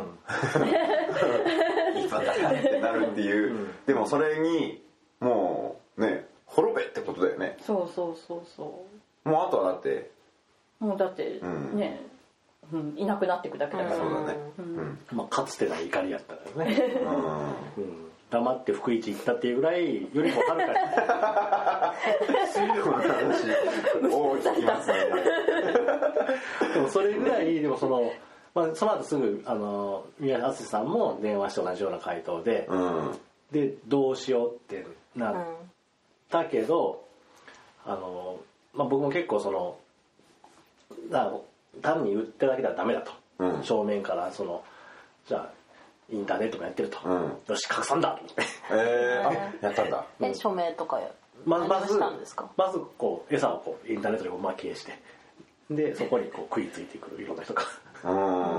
Speaker 1: いいバカだってなるっていう、うん、でもそれにもうね滅べってことだよね。
Speaker 4: そうそうそうそ
Speaker 1: う、もうあとはだって
Speaker 4: もうだってね、うん、いなくなっていくだけだから、
Speaker 1: そうだね、
Speaker 3: うん、まあかつてない怒りやったからね、うんうん、黙って福一行ったっていうぐらいよりもはるかに
Speaker 1: この話大ききますね
Speaker 3: でもそれぐらいでもそのまあ、その後すぐあの宮橋さんも電話して同じような回答で、うん、でどうしようってなったけど、うん、あのまあ、僕も結構そのだ単に言ってるだけではダメだと、うん、正面からそのじゃあインターネットもやってると、うん、よし拡散だと思って、
Speaker 1: えー、あやったんだ、
Speaker 2: え署名とかや
Speaker 3: ままずまずこう餌をこうインターネットで巻き消してでそこにこう食いついてくるいろんな人がうん、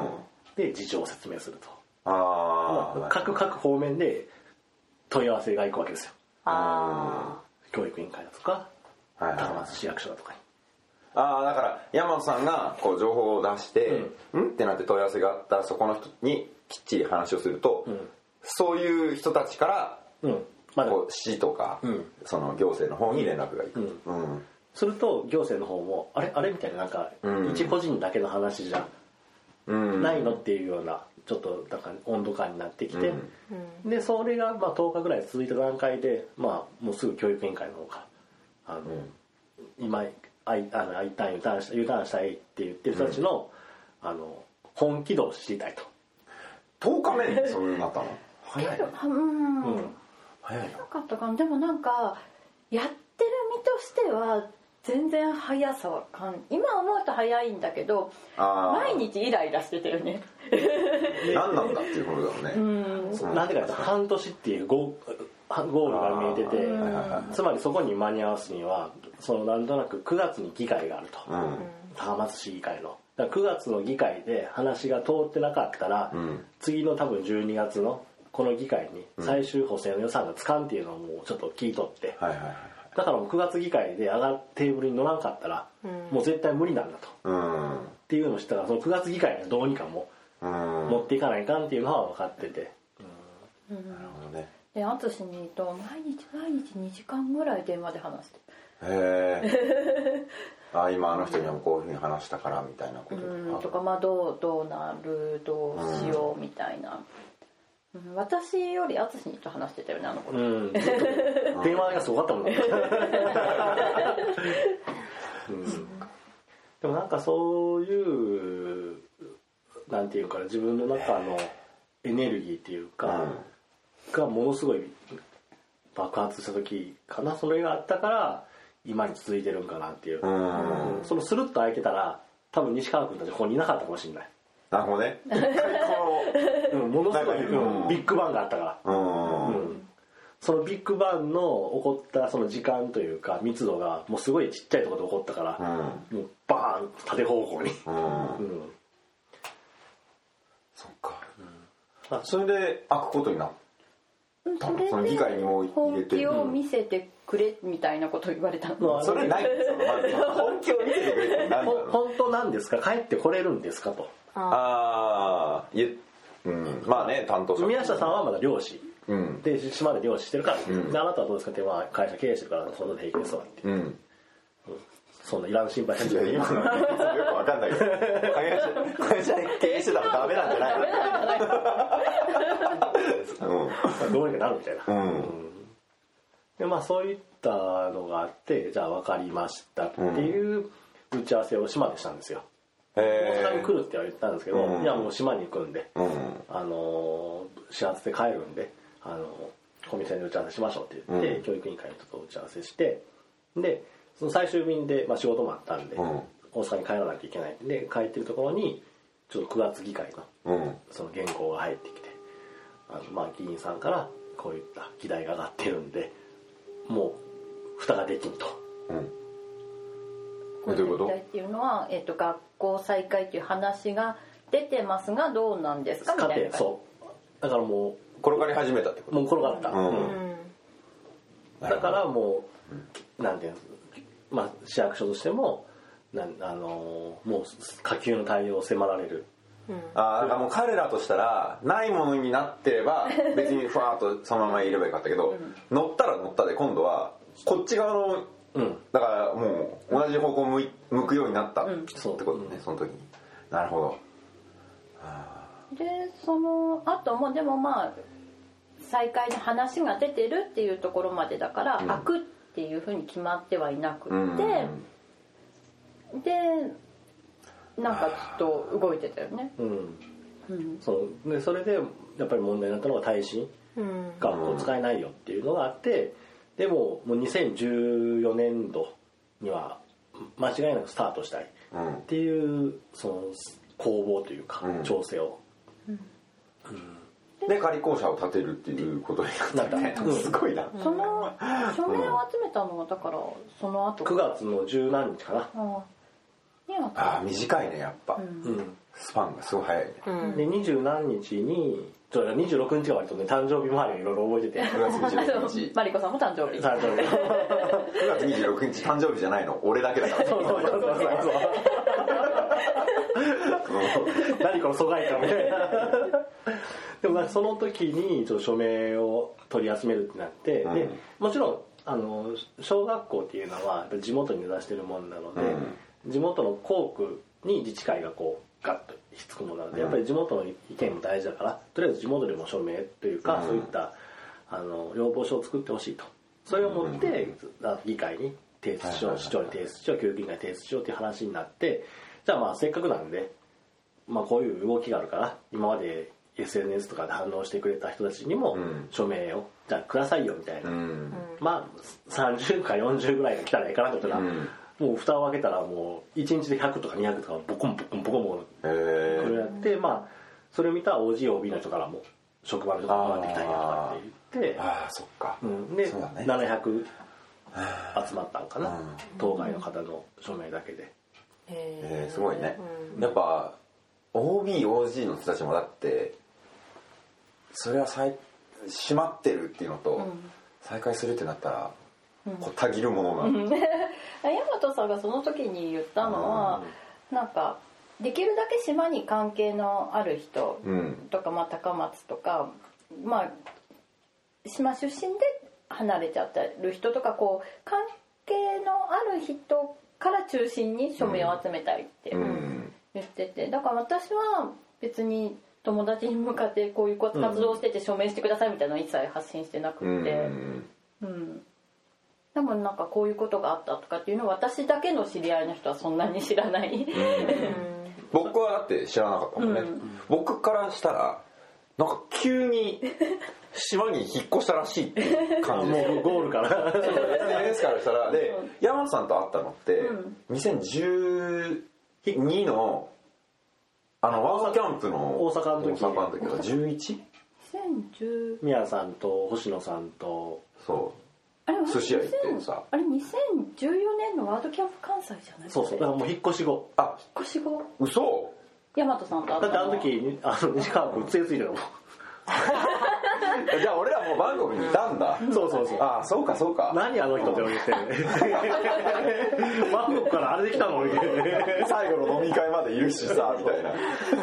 Speaker 3: で事情を説明すると、あ、まあ、各各方面で問い合わせがいくわけですよ。あ、教育委員会だとか、はいはい、高松市役所だとかに。
Speaker 1: ああ、だから山本さんがこう情報を出して、うん、んってなって問い合わせがあったらそこの人にきっちり話をすると、うん、そういう人たちから、うんま、こう市とか、うん、その行政の方に連絡がいく、うんうん、
Speaker 3: すると行政の方もあれあれみたいな、なんか、うん、一個人だけの話じゃないのっていうようなちょっとなんか温度感になってきて、うん、でそれがまあとおかぐらい続いた段階で、まあ、もうすぐ教育委員会の方があの、うん、今 I, あの I ターン U ターンした U ターンしたいって言ってる人たちの、うん、あの本気度を知りたいと。
Speaker 1: とおかめにそういうなったの早い、
Speaker 4: うん、うん、早いよかったかな。でもなんかやってる身としては全然速さはかん今思うと早いんだけど毎日イライラしてたよね
Speaker 1: 何なんだっていうことだよね。
Speaker 3: うん、なんでかって半年っていうゴーゴールが見えてて、つまりそこに間に合わすにはそのなんとなくくがつに議会があると、うん、高松市議会のだからくがつの議会で話が通ってなかったら、うん、次の多分じゅうにがつのこの議会に最終補正の予算がつかんっていうのをもうちょっと聞いとって、はいはいはい、だからもうくがつ議会で上がるテーブルに乗らんかったら、うん、もう絶対無理なんだと、うん、っていうのを知ったらそのくがつ議会にどうにかも持っていかないかんっていうのは分かってて、
Speaker 4: うんうん、なるほどね。で淳にと毎日毎日にじかんぐらい電話で話してへ
Speaker 1: えあ今あの人にはこういうふうに話したからみたいなこととか、
Speaker 4: うんとかまあどうどうなるどうしようみたいな、うん、私より淳にと話してたよねあの子、うん、電
Speaker 3: 話がすごかったもんね、うん、でもなんかそういうなんていうか自分の中のエネルギーっていうか、うんがものすごい爆発した時かな。それがあったから今に続いてるんかなっていう、うん、そのスルッと開いてたら多分西川君たちここにいなかったかもしれない。
Speaker 1: なるほどね
Speaker 3: うん、ものすごい、うん、ビッグバンがあったから、うんうん、そのビッグバンの起こったその時間というか密度がもうすごいちっちゃいところで起こったから、うん、もうバーン縦方向に、うんうん、
Speaker 1: そっか、うん、あそれで開くことになる
Speaker 4: それで本気を見せてくれみたいなことを言われたの、
Speaker 1: うん、それないですよ本気を見せてくれって何なの
Speaker 3: 本当なんですか帰ってこれるんですかと
Speaker 1: ああいえ、うん、まあね担当者
Speaker 3: 宮下さんはまだ漁師、うん、で島で漁師してるから、うん、であなたはどうですかって、まあ、会社経営してるからそんな平気ですわって、うんうん、そんないらん心配せんでいいよくわ
Speaker 1: かんないけど会社経営してたらダメなんじゃないの
Speaker 3: うん、どうにかなるみたいな、うんうん、でまあそういったのがあってじゃあ分かりましたっていう打ち合わせを島でしたんですよ、うん、大阪に来るっては言ったんですけど、うん、いやもう島に行くんで、うん、あの始発で帰るんであのコミュニティで打ち合わせしましょうって言って、うん、教育委員会の人と打ち合わせしてでその最終便で、まあ、仕事もあったんで、うん、大阪に帰らなきゃいけないんで帰ってるところにちょっとくがつ議会の、うん、その原稿が入ってきてあのまあ議員さんからこういった議題が上がってるんでもう蓋ができんと、
Speaker 4: うん、どういうことっていうのは、えー、と学校再開っていう話が出てますがどうなんですかみたいな
Speaker 3: そうだからもう
Speaker 1: 転がり始めたってこと
Speaker 3: もう転がった、うんうん、だからもうなんていうの、まあ、市役所としてもなんあのー、もう可及の対応を迫られる
Speaker 1: うん、ああもう彼らとしたらないものになってれば別にふわっとそのままいればよかったけど、うん、乗ったら乗ったで今度はこっち側の、うん、だからもう同じ方向向い向くようになったってことね、うん、その時になるほど
Speaker 4: でそのあともでもまあ再開の話が出てるっていうところまでだから、うん、開くっていうふうに決まってはいなくって、うん、でなんかちょっと動いてたよね、うん
Speaker 3: うん、そうでそれでやっぱり問題になったのが耐震、うん、学校使えないよっていうのがあってでももうにせんじゅうよねんどには間違いなくスタートしたいっていうその攻防というか調整を、うん
Speaker 1: うん、で仮校舎を建てるっていうことになったね、うん、すごいな
Speaker 4: その署名を集めたのはだからその後
Speaker 3: くがつの十何日かな
Speaker 4: あ
Speaker 1: ああ短いねやっぱ、うん、スパンがすごい早いね、
Speaker 3: うん、で二十何日ににじゅうろくにちが割とね誕生日周りをいろいろ覚えててくがつにじゅうろくにち
Speaker 4: マリコさんも誕生日誕生日
Speaker 1: くがつにじゅうろくにち誕生日じゃないの俺だけだからそうそうそうそう
Speaker 3: 何この疎外感みたいなでもその時にちょっと署名を取り集めるってなって、うん、でもちろんあの小学校っていうのは地元に根ざしてるもんなので、うん、地元の校区に自治会がこうガッとひっつくものなので、うん、やっぱり地元の意見も大事だからとりあえず地元でも署名というか、うん、そういったあの要望書を作ってほしいとそれを持って、うん、議会に提出しよう、市長に提出しよう教育委員会に提出しようっていう話になってじゃあまあせっかくなんで、まあ、こういう動きがあるから今まで エスエヌエス とかで反応してくれた人たちにも署名をじゃあくださいよみたいな、うん、まあさんじゅうかよんじゅうぐらいが来たらいいかなと思ったら、うん、もう蓋を開けたらもういちにちでひゃくとかにひゃくとかボコンボコンボコンボコンこれやってまあそれを見た オージーオービー の人からも職場の人が回ってきたんやとかって言って
Speaker 1: ああそっか、
Speaker 3: うん、で、ね、ななひゃく集まったんかな、うん、当該の方の署名だけで
Speaker 1: えー、すごいね、うん、やっぱ オービー、オージー の人たちもだってそれは再閉まってるっていうのと、うん、再開するってなったら、うん、こうたぎるものなんで
Speaker 4: 大和さんがその時に言ったのは、うん、なんかできるだけ島に関係のある人とか、うん、まあ、高松とか、まあ、島出身で離れちゃってる人とかこう関係のある人から中心に署名を集めたいって言ってて、だから私は別に友達に向かってこういう活動をしてて署名してくださいみたいなのを一切発信してなくて、うんうん、でもなんかこういうことがあったとかっていうのを私だけの知り合いの人はそんなに知らない、うん、
Speaker 1: 僕はだって知らなかったもんね、うん、僕からしたらなんか急に島に引っ越したらしいっていう感じで
Speaker 3: もうゴールから
Speaker 1: エスエヌエス からしたらで山本さんと会ったのって、うん、にせんじゅうにのあのワードキャンプの
Speaker 3: 大阪の時
Speaker 1: 大阪の時は じゅういち?
Speaker 4: にせんじゅう
Speaker 3: 宮さんと星野さんと
Speaker 1: そう寿司屋行ってさ
Speaker 4: あれにせんじゅうよねんのワードキャンプ関西じゃない
Speaker 3: そうそうだからもう引っ越し後
Speaker 1: あ
Speaker 4: 引っ越し後
Speaker 1: 嘘
Speaker 4: 大和さんと会ったの
Speaker 3: だってあの時あの西川君つえついてたもん
Speaker 1: じゃあ俺らもうバンコクにいたんだ
Speaker 3: そうそうそう
Speaker 1: ああそうかそうか
Speaker 3: 何あの人って言ってバンコクからあれで来たの
Speaker 1: 最後の飲み会までいるしさみたいな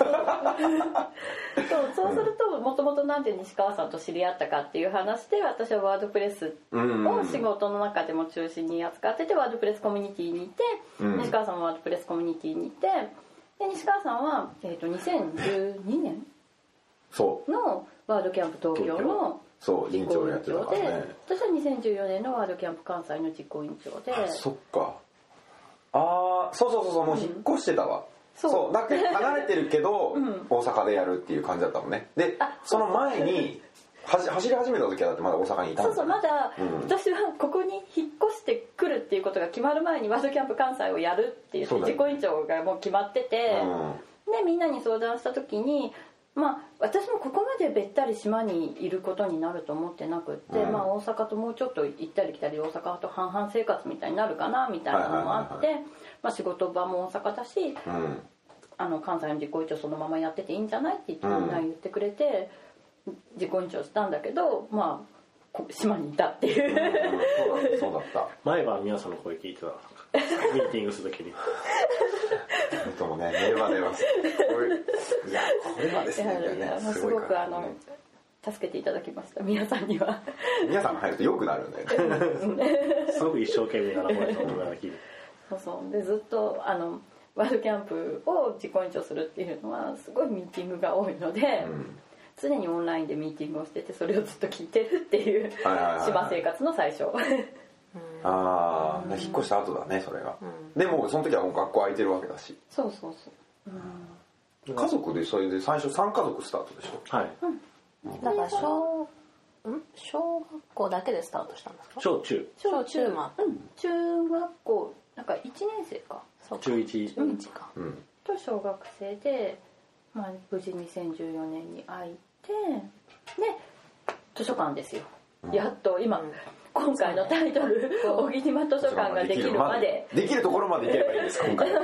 Speaker 4: そうそうするともともとなんで西川さんと知り合ったかっていう話で私はワードプレスを仕事の中でも中心に扱っててワードプレスコミュニティにいて、うん、西川さんもワードプレスコミュニティにいてで西川さんは、えー、とにせんじゅうにねんのワードキャンプ東京の実行委員長で、ね、私はにせんじゅうよねんのワードキャンプ関西の実行委員長で
Speaker 1: あそっかああそうそうそうそうもう引っ越してたわ、うん、そうそうだって離れてるけど、うん、大阪でやるっていう感じだったもんねでその前にはじ走り始めた時はだってまだ大阪にいたんだ、
Speaker 4: ね、そうそうまだ、うん、私はここに引っ越してくるっていうことが決まる前にワードキャンプ関西をやるっていう実行委員長がもう決まってて、うん、でみんなに相談した時にまあ、私もここまでべったり島にいることになると思ってなくって、うんまあ、大阪ともうちょっと行ったり来たり大阪と半々生活みたいになるかなみたいなのもあって、まあ、仕事場も大阪だし、うん、あの関西の実行委員長そのままやってていいんじゃないって言ってみんな言ってくれて、うん、実行委員長したんだけど、まあ、島にいたっていう、
Speaker 1: うん、そうだった
Speaker 3: 毎晩皆さんの声聞いてたミーティングするときに
Speaker 1: 本当もね令和令和すごいいやこれはですね
Speaker 4: いやすごくあの助けていただきました皆さんには
Speaker 1: 皆さんが入ると良くなるんだよね
Speaker 3: すごく一生懸命ならこれ
Speaker 4: そうそうでずっとあのワールドキャンプを実行委員長するっていうのはすごいミーティングが多いので、うん、常にオンラインでミーティングをしててそれをずっと聞いてるっていう島生活の最初
Speaker 1: ああ、引っ越した後だねそれが、うん、でもその時はもう学校空いてるわけだし
Speaker 4: そうそうそう、
Speaker 1: うん、家族でそれで最初さん家族スタートでしょ
Speaker 3: はい、
Speaker 2: うん、だから小ん小学校だけでスタートしたんですか
Speaker 3: 小中
Speaker 2: 小中まあ、
Speaker 4: うん、中学校なんかいちねん生か
Speaker 3: そうか中一
Speaker 2: 中一か、
Speaker 1: うん、
Speaker 4: と小学生で、まあ、無事にせんじゅうよねんに開いてで図書館ですよ、うん、やっと今、うん今回のタイトル「小木島図書館」ができるまで
Speaker 1: できるところまでいければいいです今回はい、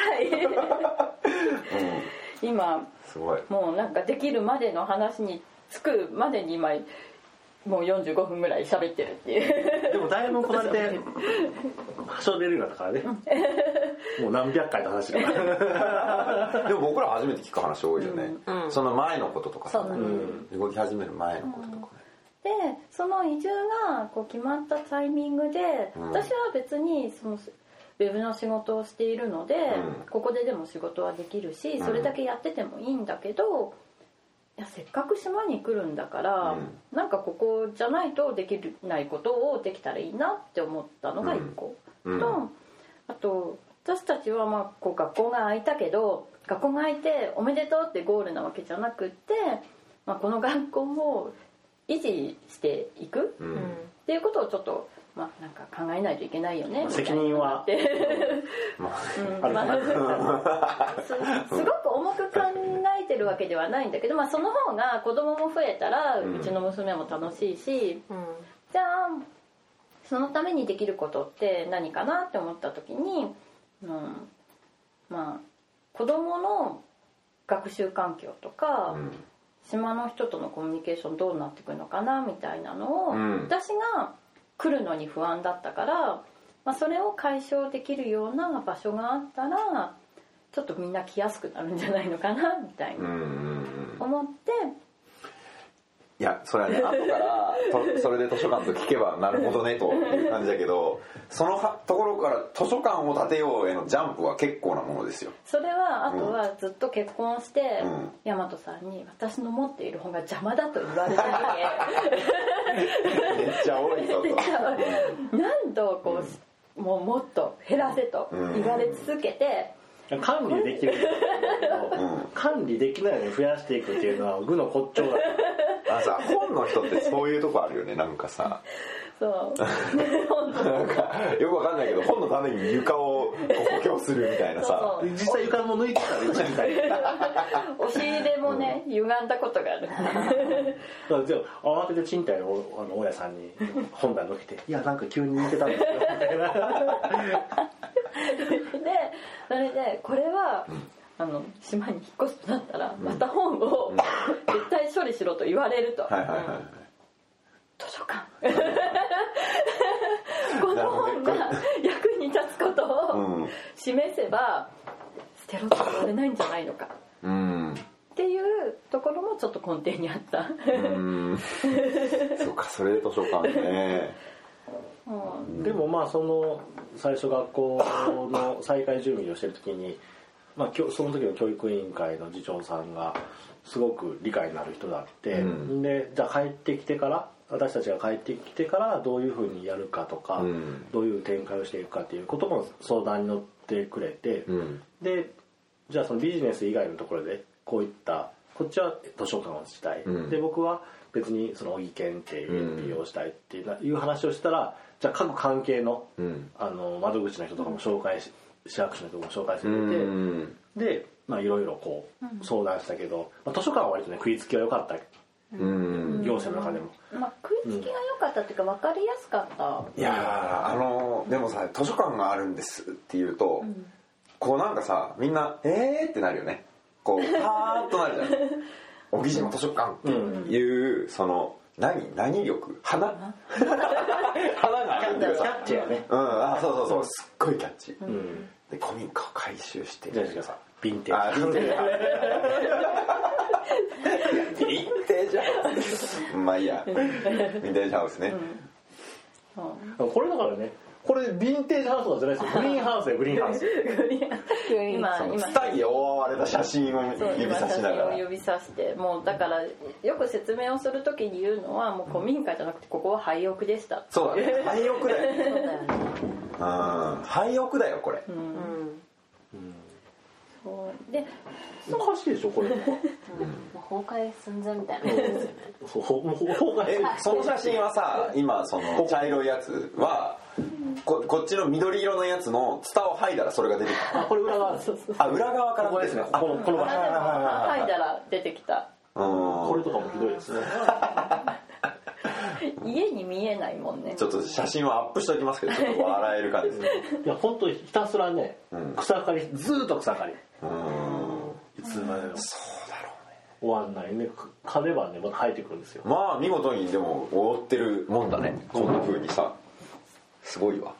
Speaker 4: うん、今
Speaker 1: すごい
Speaker 4: もうなんかできるまでの話に着くまでに今もうよんじゅうごふんぐらい喋ってるっていう
Speaker 3: でもだいぶこなれてはしょれるようになったからねもう何百回と話してるから
Speaker 1: でも僕ら初めて聞く話多いよね、
Speaker 2: うん、
Speaker 1: その前のこととか
Speaker 2: そうだね、
Speaker 1: うん、動き始める前のこととかね、
Speaker 4: でその移住がこう決まったタイミングで、うん、私は別にそのウェブの仕事をしているので、うん、ここででも仕事はできるしそれだけやっててもいいんだけど、いやせっかく島に来るんだから、うん、なんかここじゃないとできないことをできたらいいなって思ったのがいっこ、うん、とあと私たちはまあこう学校が開いたけど学校が開いておめでとうってゴールなわけじゃなくって、まあ、この学校を維持していく、うん、っていうことをちょっと、まあ、なんか考えないといけないよね
Speaker 3: 責任は
Speaker 4: すごく重く考えてるわけではないんだけど、まあ、その方が子供も増えたらうちの娘も楽しいし、うん、じゃあそのためにできることって何かなって思った時に、うん、 まあ子どもの学習環境とか、うん、島の人とのコミュニケーションどうなっていくのかなみたいなのを、うん、私が来るのに不安だったから、まあ、それを解消できるような場所があったらちょっとみんな来やすくなるんじゃないのかなみたいな思って、
Speaker 1: いやそれはね後からとそれで図書館と聞けばなるほどねという感じだけど、そのところから図書館を建てようへのジャンプは結構なものですよ。
Speaker 4: それはあとはずっと結婚して、うん、大和さんに私の持っている本が邪魔だと言われて
Speaker 1: めっちゃ多いぞ
Speaker 4: と何度こう、うん、もうもっと減らせと言われ続けて、
Speaker 3: うん、管理できるうん、管理できないのに増やしていくっていうのは具の骨頂だから
Speaker 1: あさ本の人ってそういうとこあるよね。なんかさ
Speaker 4: そう
Speaker 1: なんかよくわかんないけど本のために床を補強するみたいなさ
Speaker 3: そうそう実際床も抜いてたらうちみたいな
Speaker 4: 押し入れもね、うん、歪んだことがあるだから
Speaker 3: じゃあ慌てて賃貸のあの大家さんに本棚抜けていやなんか急に抜けたんですよみたいな
Speaker 4: でそれでこれは、うんあの島に引っ越すとなったらまた本を絶対処理しろと言われると、うんはいはいはい、図書館この本が役に立つことを示せば捨てろと言われないんじゃないのか、うん、っていうところもちょっと根底にあった
Speaker 1: うんそうかそれで図書館ね
Speaker 3: うん、でもまあその最初学校の再開準備をしてる時にまあ、その時の教育委員会の次長さんがすごく理解のある人だって、うん、でじゃあ帰ってきてから私たちが帰ってきてからどういうふうにやるかとか、うん、どういう展開をしていくかっていうことも相談に乗ってくれて、うん、でじゃあそのビジネス以外のところでこういったこっちは図書館をしたい、うん、で僕は別にその小木研っていう利用したいっていう話をしたらじゃあ各関係の、うん、あの窓口の人とかも紹介し市役所の人も紹介してくれてでまあいろいろこう相談したけど、まあ、図書館は割とね食いつきは良かったうん行政の中でも、
Speaker 4: まあ、食いつきが良かったっていうか分かりやすかった、
Speaker 1: いやあのでもさ図書館があるんですっていうと、うん、こうなんかさみんなえーってなるよねこうパーッとなるじゃん小木島図書館っていう、うん、その何何力花花があるっていうか
Speaker 3: キャッチやね
Speaker 1: うんあそうそうそうすっごいキャッチ、うん、で古民家を改修して
Speaker 3: じゃあさヴィンテー
Speaker 1: ジあヴィンテージヴィンテージハウスまあいいやヴィンテージハウスね、
Speaker 3: うん、これだからねこれヴィンテージハウスとかじゃないですよグリーンハウスでグリーンハウス
Speaker 1: 今今スタイで覆われた写真を指さしながら
Speaker 4: 写真を指さしてもうだからよく説明をするときに言うのはもう古民家じゃなくてここは廃屋でした
Speaker 1: そうだね廃屋だよそうだよねうん廃屋だよこれうん、うん
Speaker 4: そうで
Speaker 3: おかしいでしょこれ、うん、
Speaker 2: 崩壊寸前みたいなやつですよね
Speaker 3: そうもう崩壊
Speaker 1: えその写真はさ今その茶色いやつはこ, こっちの緑色のやつのツタを剥いだらそれが出てきた
Speaker 3: あこれ裏側
Speaker 1: あ裏側から
Speaker 3: ここですねこのこの場所
Speaker 4: 剥いだら出てきた
Speaker 3: これとかもひどいですね
Speaker 4: 家に見えないもんね
Speaker 1: ちょっと写真はアップしておきますけどちょっと笑える感じですね
Speaker 3: いや本当にひたすらね、うん、草刈りずーっと草刈りうんいつまでも
Speaker 1: そうだろうね
Speaker 3: 終わんないね枯ればねまた生えてくるんですよ
Speaker 1: まあ見事にでも覆ってるもんだねこんな風にさすごいわ、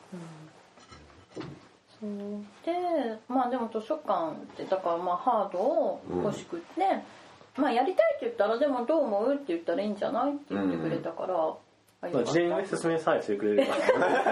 Speaker 4: うん、でまあでも図書館ってだからまあハードを欲しくって、うん、まあやりたいって言ったらでもどう思うって言ったらいいんじゃないって言ってくれたから、うん
Speaker 3: まあ、事前に説明さえしてくれれば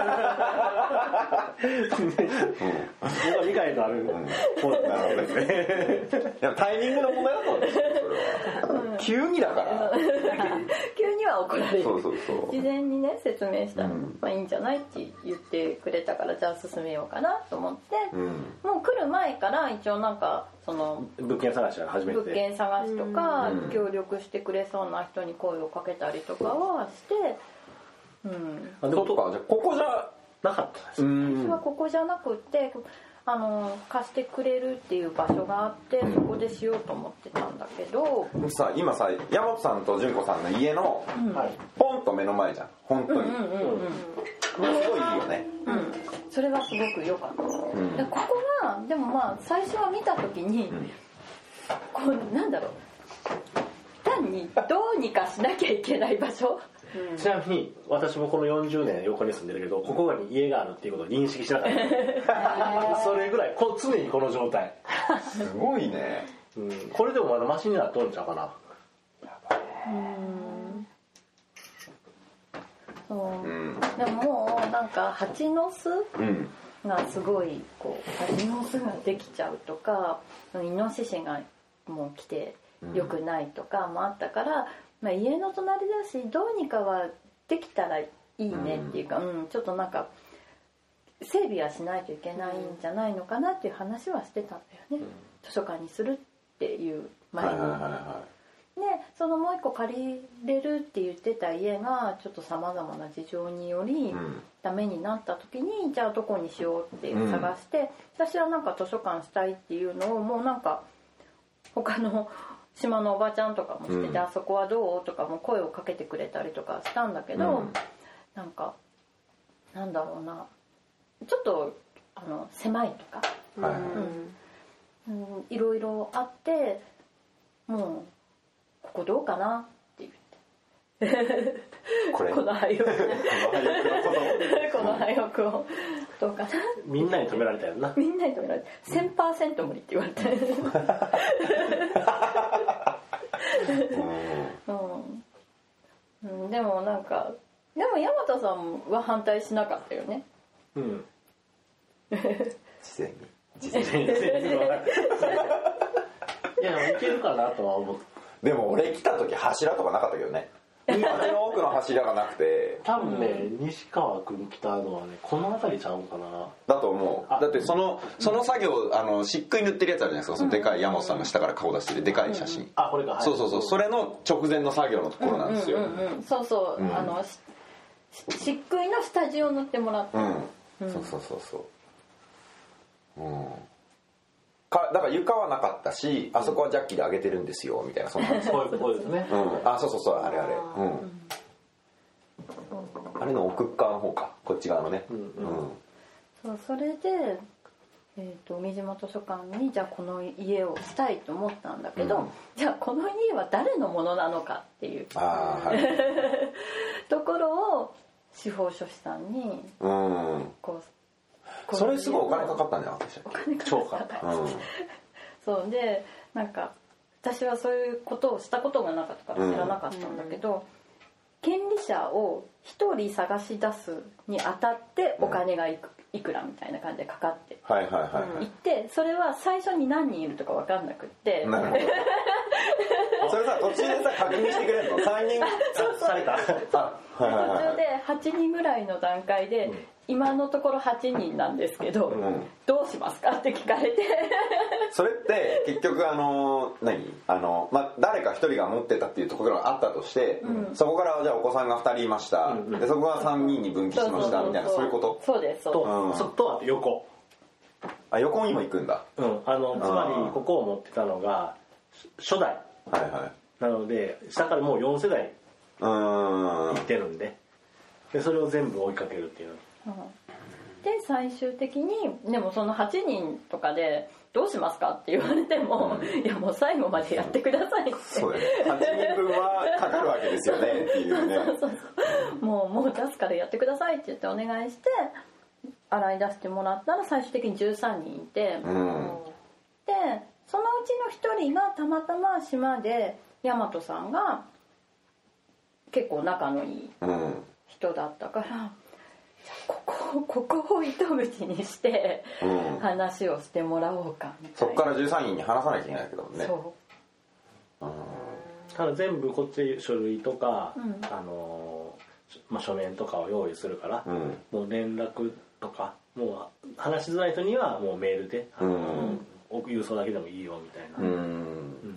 Speaker 3: 僕は理解のある方だなので
Speaker 1: タイミングの問題だと思うんですよそれは、うん、急にだから
Speaker 4: 急には怒られる
Speaker 1: そうそうそう
Speaker 4: 事前にね説明したら、うん、まあいいんじゃないって言ってくれたからじゃあ進めようかなと思って、うん、もう来る前から一応なんかその
Speaker 3: 物件探しから始めて
Speaker 4: 物件探しとか、うん、協力してくれそうな人に声をかけたりとかはしてうん、
Speaker 1: あでもとかじゃここじゃなかったです
Speaker 4: 最初はここじゃなくてあの貸してくれるっていう場所があってそこでしようと思ってたんだけど、
Speaker 1: うん、さ今さ大和さんと純子さんの家の、うん、ポンと目の前じゃん本当に、うんうんうんうん、すごいいいよね、
Speaker 4: それはすごく良かった、うん、でここはでもまあ最初は見た時に、うん、こうなんだろう単にどうにかしなきゃいけない場所、
Speaker 3: うん、ちなみに私もこのよんじゅうねん横に住んでるけどここに家があるっていうことを認識しなかったそれぐらいこ常にこの状態
Speaker 1: すごいね、
Speaker 3: うん、これでもまだマシになっとんちゃうかな。
Speaker 4: うんそう、うん、でももうなんか蜂の巣がすごいこう蜂の巣ができちゃうとかイノシシがもう来て良くないとかもあったから、まあ、家の隣だしどうにかはできたらいいねっていうか、うんうん、ちょっとなんか整備はしないといけないんじゃないのかなっていう話はしてたんだよね、うん、図書館にするっていう前に、はいはいはいはい、でそのもう一個借りれるって言ってた家がちょっとさまざまな事情によりダメになった時にじゃあどこにしようって探して、うん、私はなんか図書館したいっていうのをもうなんか他の島のおばちゃんとかもしてて、うん、あそこはどうとかも声をかけてくれたりとかしたんだけど、うん、なんかなんだろうなちょっとあの狭いとか、はいうんうん、いろいろあってもうここどうかなって言ってこれこの廃屋この廃屋をどうかな
Speaker 3: みんなに止められたよな
Speaker 4: みんなに止められて せんパーセント 無理って言われてうんうん、でもなんかでも大和さんは反対しなかったよねうん
Speaker 1: 事前に
Speaker 3: 事前にいやいけるかなとは思って
Speaker 1: でも俺来た時柱とかなかったけどね町の奥の柱がなくて
Speaker 3: 多分ね、うん、西川君来たのはねこの辺りちゃうかな
Speaker 1: だと思うだってそのその作業あの漆喰塗ってるやつあるじゃないですかそのでかい山本さんが下から顔出してるでかい写真、うん、
Speaker 3: あこれか、はい、
Speaker 1: そうそうそうそれの直前の作業のところなんですよ、
Speaker 4: うんうんうんうん、そうそう、うん、あの漆喰の下地を塗ってもらった、うん
Speaker 1: うん、そうそうそうそううんかだから床はなかったしあそこはジャッキで上げてるんですよみたいなそんな
Speaker 3: そういうことですね、
Speaker 1: うん、あそうそうそうあれあれうん、うん、あれの奥側の方かこっち側のね、うんうん、
Speaker 4: そうそれで、えーと、海島図書館にじゃあこの家をしたいと思ったんだけど、うん、じゃあこの家は誰のものなのかっていうあ、はい、ところを司法書士さんにこう
Speaker 1: それすごいお金かかったんじゃない
Speaker 4: お金かかった、うん、そうでなんか私はそういうことをしたことがなかったから知らなかったんだけど、うん、権利者を一人探し出すにあたってお金がいく、うん、いくらみたいな感じでかかって
Speaker 1: はいはいはい、はい、
Speaker 4: 行ってそれは最初に何人いるとか分かんなくってなるほど
Speaker 1: それさ途中でさ確認してくれるのさんにん
Speaker 4: された途中ではちにんぐらいの段階で、うん今のところはちにんなんですけど、うん、どうしますかって聞かれて
Speaker 1: それって結局あの何あの、まあ、誰か一人が持ってたっていうところがあったとして、うん、そこからじゃあお子さんがふたりいました、うん、でそこがさんにんに分岐しましたみたいなそういうこと
Speaker 4: そうですそうです、
Speaker 3: うん、そとは横
Speaker 1: あ横にも行くんだ、
Speaker 3: うん、あのつまりここを持ってたのが初代、
Speaker 1: はいはい、
Speaker 3: なので下からもうよん世代行ってるんで、でそれを全部追いかけるっていうの
Speaker 4: で最終的にでもそのはちにんとかでどうしますかって言われても、うん、いやもう最後までやってくださいって
Speaker 1: そうだねはちにんぶんはかかるわけですよねっていうねそうそう
Speaker 4: そうもうもう出すからやってくださいって言ってお願いして洗い出してもらったら最終的にじゅうさんにんいて、うん、でそのうちのひとりがたまたま島で大和さんが結構仲のいい人だったから、うんここここを糸口にして話をしてもらおうかみたいな、うん、
Speaker 1: そっからじゅうさんにんに話さなきゃいけないけどね
Speaker 4: そう、
Speaker 3: うん、ただ全部こっち書類とか、うん、あのまあ、書面とかを用意するから、うん、もう連絡とかもう話しづらい人にはもうメールで、うん、郵送だけでもいいよみたいな、うんうん、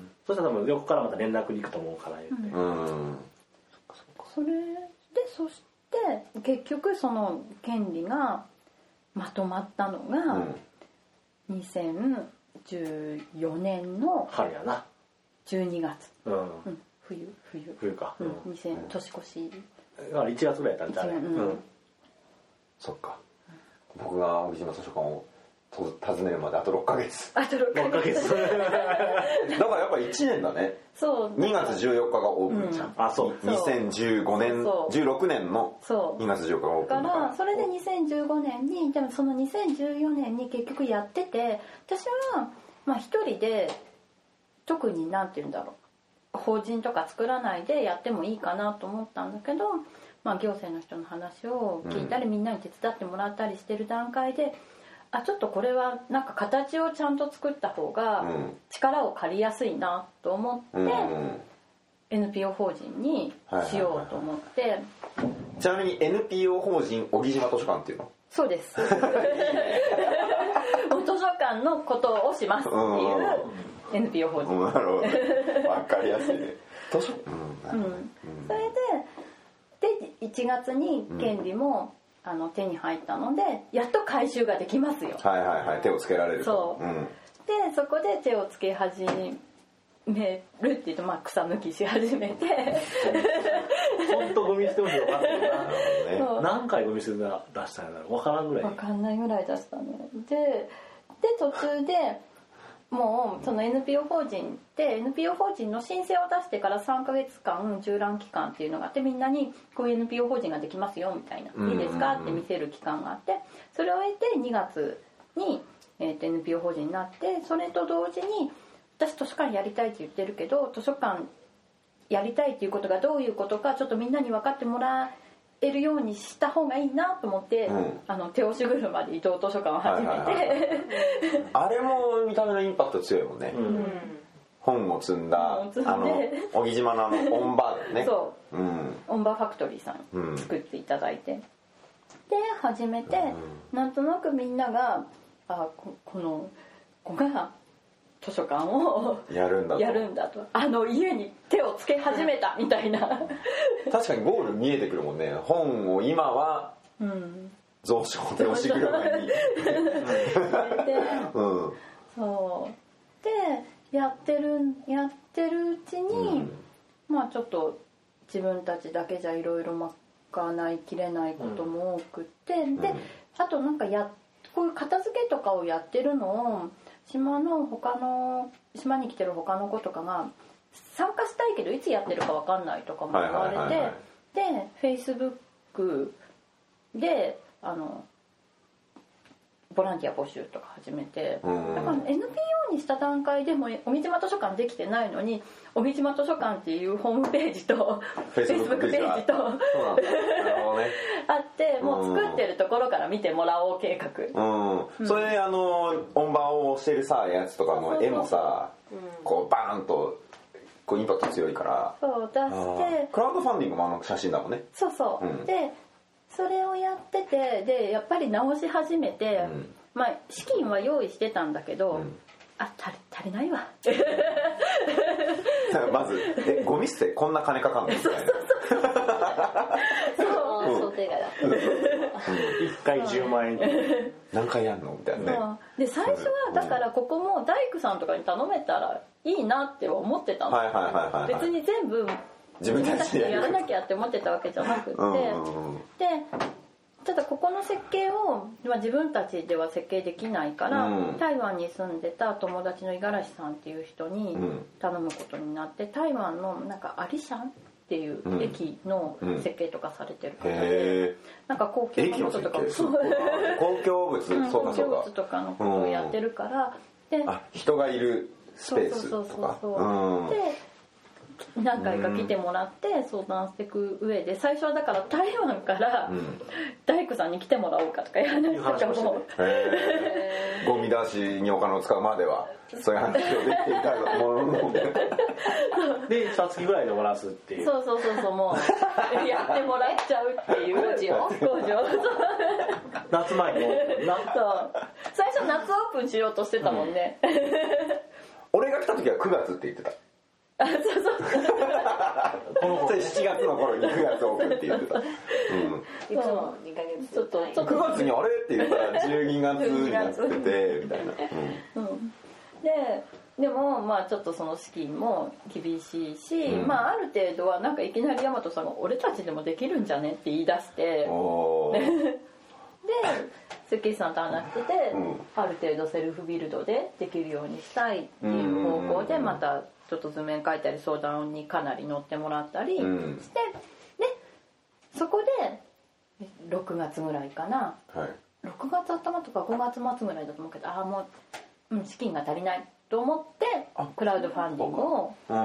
Speaker 3: そしたら多分横からまた連絡に行くと思うから言って、うんうん、
Speaker 4: それでそしてで結局その権利がまとまったのがにせんじゅうよねんのじゅうにがつ、うんうん、冬冬
Speaker 3: 冬か、
Speaker 4: うん、にせん年越し
Speaker 3: だからいちがつぐらいやったんじゃない、うん
Speaker 1: うん、そっか僕が小木島図書館を訪ねるまであとろっかげつ。
Speaker 4: あとろっかげつ。
Speaker 1: だからやっぱいちねんだね。
Speaker 4: そう。
Speaker 1: にがつじゅうよっかがオープンじゃん。うん、
Speaker 3: あ、そう。
Speaker 1: にせんじゅうごねん、じゅうろくねんのにがつじゅうよっかがオープンだから。
Speaker 4: だからそれでにせんじゅうごねんに、でもそのにせんじゅうよねんに結局やってて、私はまあ一人で特になんて言うんだろう、法人とか作らないでやってもいいかなと思ったんだけど、まあ行政の人の話を聞いたり、うん、みんなに手伝ってもらったりしてる段階で、あ、ちょっとこれはなんか形をちゃんと作った方が力を借りやすいなと思って、うんうん、エヌピーオー 法人にしようと思って、はいはいはいはい、
Speaker 1: ちなみに エヌピーオー 法人小木島図書館っていうの？
Speaker 4: そうです図書館のことをしますっていう エヌピーオー 法人、
Speaker 1: なるほど、分かりやすいね。図書、
Speaker 4: うんうん、それででいちがつに権利も、うん、あの手に入ったのでやっと回収ができますよ。
Speaker 1: はいはいはい、手をつけられる。
Speaker 4: そう、うん、でそこで手をつけ始めるっていうと、まあ、草抜きし始めて
Speaker 3: 本当ゴミ捨てもよかったな、ね、何回ゴミ捨て出したんやろ分からんぐらい
Speaker 4: 分かんないぐらい出したね。でで途中でもうその エヌピーオー 法人って エヌピーオー 法人の申請を出してからさんかげつかん縦覧期間っていうのがあって、みんなにこういう エヌピーオー 法人ができますよみたいな、いいですかって見せる期間があって、それを経てにがつに、えー、と エヌピーオー 法人になって、それと同時に私図書館やりたいって言ってるけど、図書館やりたいっていうことがどういうことかちょっとみんなに分かってもらえるようにした方がいいなと思って、うん、あの手押し車で移動図書館を始めて、はいはいはいはい
Speaker 1: あれも見た目のインパクト強いもんね、うん、本を積んだあの小木島のあのオンバーね
Speaker 4: そう、うん、オンバーファクトリーさんに作っていただいて、うん、で始めて、うん、なんとなくみんながあ こ, この子が図書館を
Speaker 1: やるんだと
Speaker 4: やるんだとあの家に手をつけ始めたみたいな
Speaker 1: 確かにゴール見えてくるもんね。本を今は蔵書を手押し車に
Speaker 4: うん、そうでやってるやってるうちに、うん、まあちょっと自分たちだけじゃいろいろ賄いきれないことも多くって、うん、であとなんかやこういう片付けとかをやってるのを島の他の島に来てる他の子とかが参加したいけどいつやってるか分かんないとかも言われて、はいはいはいはい、で Facebook であのボランティア募集とか始めて、だから エヌピーオー にした段階でもおみじま図書館できてないのにおみじま図書館っていうホームページと Facebook ページとあってもう作ってるところから見てもらおう計画、
Speaker 1: うんうん、それであの音場をしてるさやつとかの絵もさこうバーンとこうインパクト強いから
Speaker 4: そう出して
Speaker 1: クラウドファンディングもあの写真だもんね。
Speaker 4: そうそう、うん、でそれをやっててでやっぱり直し始めて、うん、まあ資金は用意してたんだけど、うん、あ足り、足りないわ
Speaker 1: まずえゴミ捨てこんな金かかんのみたいな
Speaker 2: そう想定外だ
Speaker 3: いっかいじゅうまんえん
Speaker 1: 何回やんのみたいなね。
Speaker 4: で最初はだからここも大工さんとかに頼めたらいいなって思ってたの、はいはいはいはい、別に全部自分たちでやらなきゃって思ってたわけじゃなくって、うんうんうん、でただここの設計を、まあ、自分たちでは設計できないから、うん、台湾に住んでた友達の五十嵐さんっていう人に頼むことになって、台湾のなんかアリシャンっていう駅の設計とかされてる方で、うん、なんか公共のこととかも
Speaker 1: 公共物、うん、そうかそうか
Speaker 4: 公共物とかのことをやってるから、
Speaker 1: うん、であ人がいるスペースとか
Speaker 4: で何回か来てもらって相談していく上で最初はだから台湾から大工さんに来てもらおうかとかいう話とかも
Speaker 1: ゴミ出しにお金を使うまではそういう話をできていたものの
Speaker 3: でふたつきぐらいで終わらすっていう
Speaker 4: そうそうそうそうもうやってもらっちゃうっていう工事を工事を
Speaker 3: 夏前に
Speaker 4: そう最初夏オープンしようとしてたもんね、うん、
Speaker 1: 俺が来た時はくがつって言ってた
Speaker 4: あそうそう
Speaker 1: このしちがつの頃にくがつオープンって言ってた、うん、
Speaker 2: いつもにかげつちょっと
Speaker 1: くがつにあれって言ったらじゅうにがつになっててみたいな、
Speaker 4: うんうん、ででもまあちょっとその資金も厳しいし、うん、まあある程度はなんかいきなり大和さんが俺たちでもできるんじゃねって言い出してで設計士さんと話してて、うん、ある程度セルフビルドでできるようにしたいっていう方向でまたちょっと図面描いたり相談にかなり乗ってもらったりして、うん、でそこでろくがつぐらいかな、はい、ろくがつ頭とかごがつ末ぐらいだと思うけど、ああもう、うん、資金が足りないと思ってクラウドファンディングを
Speaker 1: うん、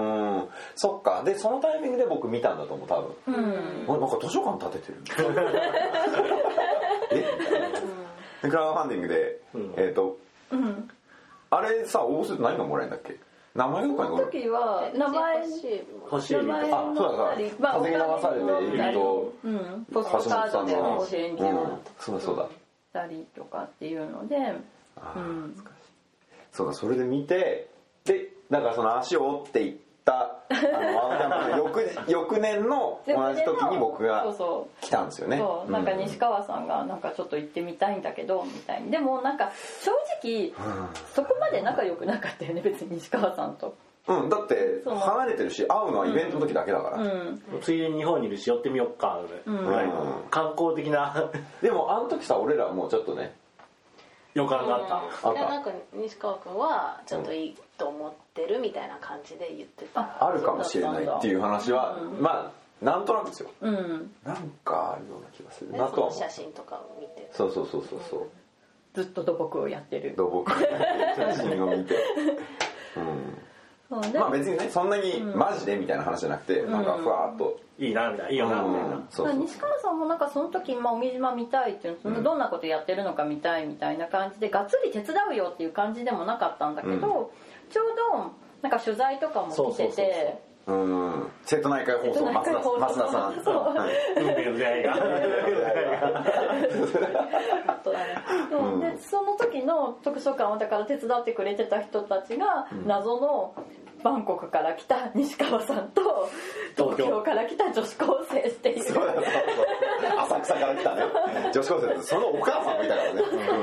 Speaker 1: そっか。でそのタイミングで僕見たんだと思う多分、うん、俺なんか図書館建ててるえクラウドファンディングで、うん、えっ、ー、と、うん、あれさ応募すると何がもらえるんだっけ？名前とかに
Speaker 4: その時は名前
Speaker 3: 欲しい名前
Speaker 1: あそうだそうだ風に流されていると、
Speaker 4: うん、ポストカードで欲しいんで、うん、
Speaker 1: そうだそうだ
Speaker 4: たりとかっていうので、
Speaker 1: あ、うん、そうだそれで見てでだからその足を折っていったあの翌, 翌年の同じ時に僕が来たんですよね。
Speaker 4: そうそうなんか西川さんがなんかちょっと行ってみたいんだけどみたいにでもなんか正直そこまで仲良くなかったよね別に西川さんと。
Speaker 1: うん、だって離れてるし会うのはイベントの時だけだから、うん
Speaker 3: うん、ついでに日本にいるし寄ってみよっかぐらいの、うん、観光的な
Speaker 1: でもあの時さ俺らもうちょっとね
Speaker 3: 予感があった、
Speaker 2: うん、いやなんか西川君はちょっといいと思ってるみたいな感じで言ってた、うん、
Speaker 1: あるかもしれないっていう話は、うん、まあなんとなくですよ、うん、なんかあるような気がするなとは思う。
Speaker 2: 写真とかを見て
Speaker 1: そうそうそうそうそう、
Speaker 4: うん、ずっと土木をやってる
Speaker 1: 土木写真を見てうんまあ別にねそんなにマジでみたいな話じゃなくて、うん、なんかふわーっと
Speaker 3: いいなみたいないいよなみたいな、
Speaker 4: うん、そうそう西川さんもなんかその時、まあ、海島見たいっていうのどんなことやってるのか見たいみたいな感じでがっつり手伝うよっていう感じでもなかったんだけど、うん、ちょうどなんか取材とかも来てて
Speaker 1: うん瀬戸内海放送増田さんそう
Speaker 3: 運命の出会いが
Speaker 4: でその時の図書館をだから手伝ってくれてた人たちが謎のバンコクから来た西川さんと東京から来た女子高生っていうそうそう
Speaker 1: 浅草から来たね女子高生そのお母さんもいたからね、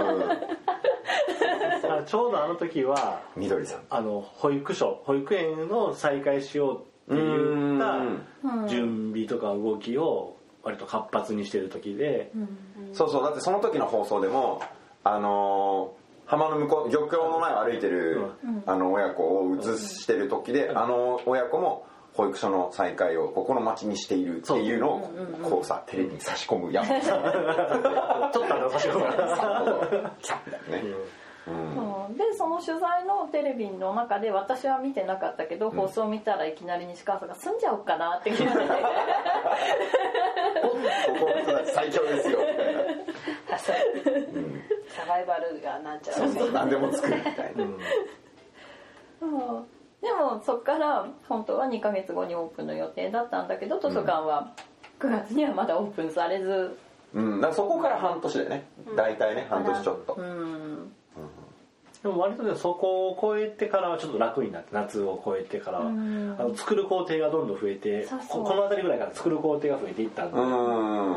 Speaker 3: うん、ちょうどあの時は
Speaker 1: みどりさん
Speaker 3: あの保育所保育園を再開しようって言った準備とか動きを割と活発にしてる時で、うん、
Speaker 1: そうそうだってその時の放送でもあのー浜の向こう漁協の前を歩いてる、うん、あの親子を映してる時で、うん、あの親子も保育所の再開をここの町にしているっていうのをこうさテレビに差し込むやつちょっと
Speaker 3: あの差し込むやつ
Speaker 4: ね、うんうん、でその取材のテレビの中で私は見てなかったけど、うん、放送見たらいきなり西川さんが住んじゃおうかなって聞いててこ
Speaker 1: この人たち最強ですよみたいな
Speaker 2: サバイバルがなんちゃら
Speaker 1: そうそう何でも作るみたいな、うん、
Speaker 4: でもそっから本当はにかげつごにオープンの予定だったんだけど図書館はくがつにはまだオープンされず、
Speaker 1: うん、だからそこから半年でね、うん、大体ね半年ちょっと、うんうん、
Speaker 3: でも割とねそこを超えてからはちょっと楽になって夏を超えてからは、うん、あの作る工程がどんどん増えてそうそうこの辺りぐらいから作る工程が増えていったんで、うん、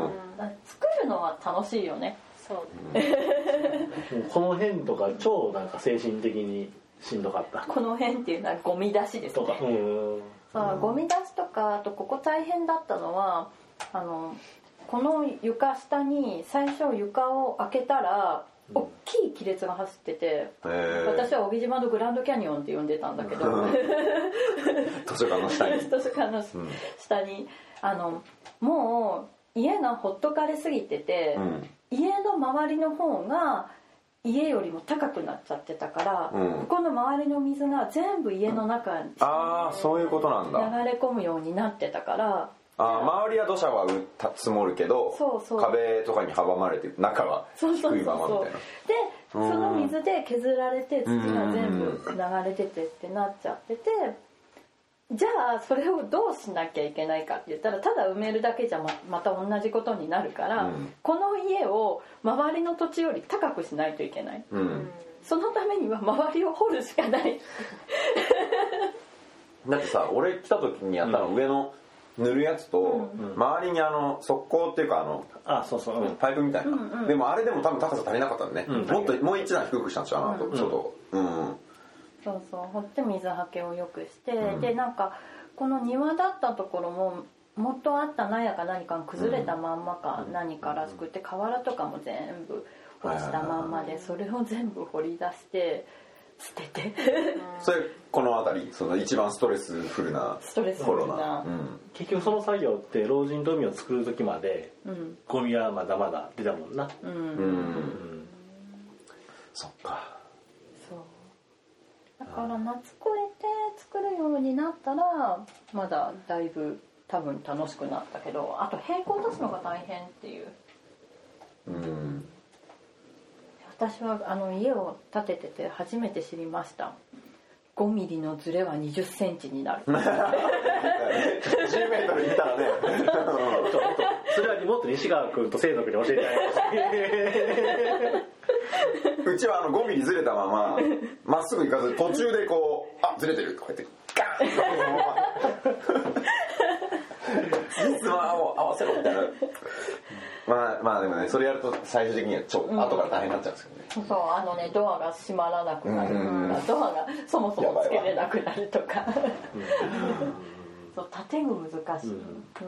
Speaker 4: 作るのは楽しいよねそう
Speaker 3: この辺とか超なんか精神的にしんどかった
Speaker 4: この辺っていうのはゴミ出しですねうんさあゴミ出しとかあとここ大変だったのはあのこの床下に最初床を開けたら大きい亀裂が走ってて、うん、私は帯島のグランドキャニオンって呼んでたんだけど、うん、
Speaker 1: 図書館の下に
Speaker 4: 図書館の下に、うん、あのもう家がほっとかれすぎてて、うん家の周りの方が家よりも高くなっちゃってたから、うん、ここの周りの水が全部家の中に、うん、
Speaker 1: ああそういうことなんだ
Speaker 4: 流れ込むようになってたから
Speaker 1: あ周りは土砂は積もるけどそうそう壁とかに阻まれて中は低いままみたいなで
Speaker 4: その水で削られて土が全部流れててってなっちゃっててじゃあそれをどうしなきゃいけないかって言ったらただ埋めるだけじゃ ま, また同じことになるから、うん、この家を周りの土地より高くしないといけない、うん、そのためには周りを掘るしかない
Speaker 1: だってさ俺来た時にやったの、うん、上の塗るやつと、うん、周りにあの側溝っていうかあの
Speaker 3: あそうそう、うん、
Speaker 1: パイプみたいな、うんうん、でもあれでも多分高さ足りなかったんでね、うん、もっともう一段低くしたんですよあの後、うん、外うん
Speaker 4: そうそう掘って水はけを良くして、うん、でなんかこの庭だったところももっとあった納屋か何かが崩れたまんまか何から作って瓦とかも全部残したまんまで、それを全部掘り出して捨てて
Speaker 1: それこの辺りその一番ストレスフルな
Speaker 4: ストレスフルな、
Speaker 3: うん、結局その作業って老人と海を作る時まで、うん、ゴミはまだまだ出たもんな、うんうんうん、
Speaker 1: そっか。
Speaker 4: そうだから夏越えて作るようになったらまだだいぶ多分楽しくなったけど、あと平行出すのが大変っていう、うん、私はあの家を建ててて初めて知りました。ごミリのズレはにじゅっセンチになるじゅう
Speaker 1: メートルいたらね
Speaker 3: それはもっと西川君と清野君に教えてあげ
Speaker 1: ますうちはあのごミリずれたまままっすぐ行かず途中でこうあずれてるとか言ってガーン実は合わせろみたいなまあまあでもねそれやると最終的にはちょ、うん、後から大変になっちゃうんですけどね。
Speaker 4: そうあのねドアが閉まらなくなるとか、うん、ドアがそもそもつけれなくなるとかそう建具難しい、うんうん、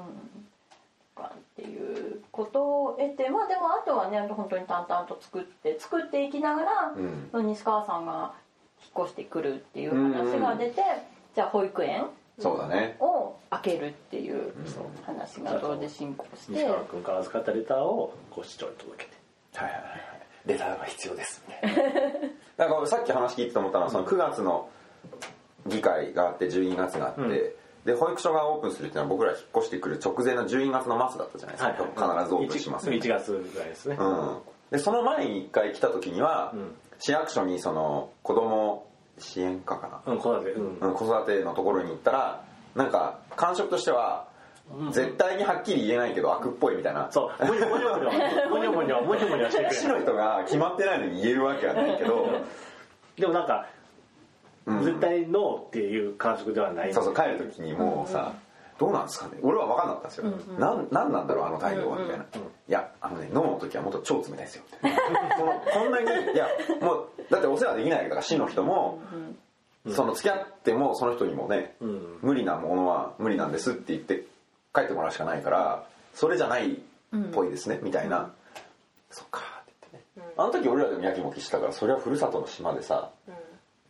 Speaker 4: っていうことを得て、まあでもあとはね本当に淡々と作って作っていきながら、うん、西川さんが引っ越してくるっていう話が出て、うん、じゃあ保育園
Speaker 1: そうだね
Speaker 4: を開けるっていう話が同時進行して、
Speaker 3: 西川君から預かったレターをこう市長に届けて、
Speaker 1: はいはいはい、レターが必要ですみたいなだからさっき話聞いてて思ったのはそのくがつの議会があってじゅうにがつがあって、うん、で保育所がオープンするっていうのは僕ら引っ越してくる直前のじゅうにがつの末だったじゃないですか、はいはい、必ずオープンします
Speaker 3: いちがつぐらいですね、
Speaker 1: うん、でその前にいっかい来た時には、うん、市役所にその子供支援課かな、
Speaker 3: うん、子育て、うん、
Speaker 1: 子育てのところに行ったらなんか感触としては、うん、絶対にはっきり言えないけど悪っぽいみたいな、
Speaker 3: そうもにょもにょもにょもにょもにょもにょもにょしてくれる
Speaker 1: 市の人が決まってないのに言えるわけはないけど
Speaker 3: でもなんか、うん、絶対ノーっていう感触ではない、
Speaker 1: そうそう帰る時にもうさ、うん、どうなんですかね俺は分かんなかったんですよ、うんうん、なんなんなんだろうあの態度はみたいな、うんうん、いやあのねノーの時はもっと超冷たいですよみたいなそのこんなにいやもうだってお世話できないから市の人も、うんうんその付き合ってもその人にもね、うん、無理なものは無理なんですって言って帰ってもらうしかないからそれじゃないっぽいですね、うん、みたいな、うん、そっかって言ってね、うん、あの時俺らでもやきもきしたからそれはふるさとの島でさ、うん、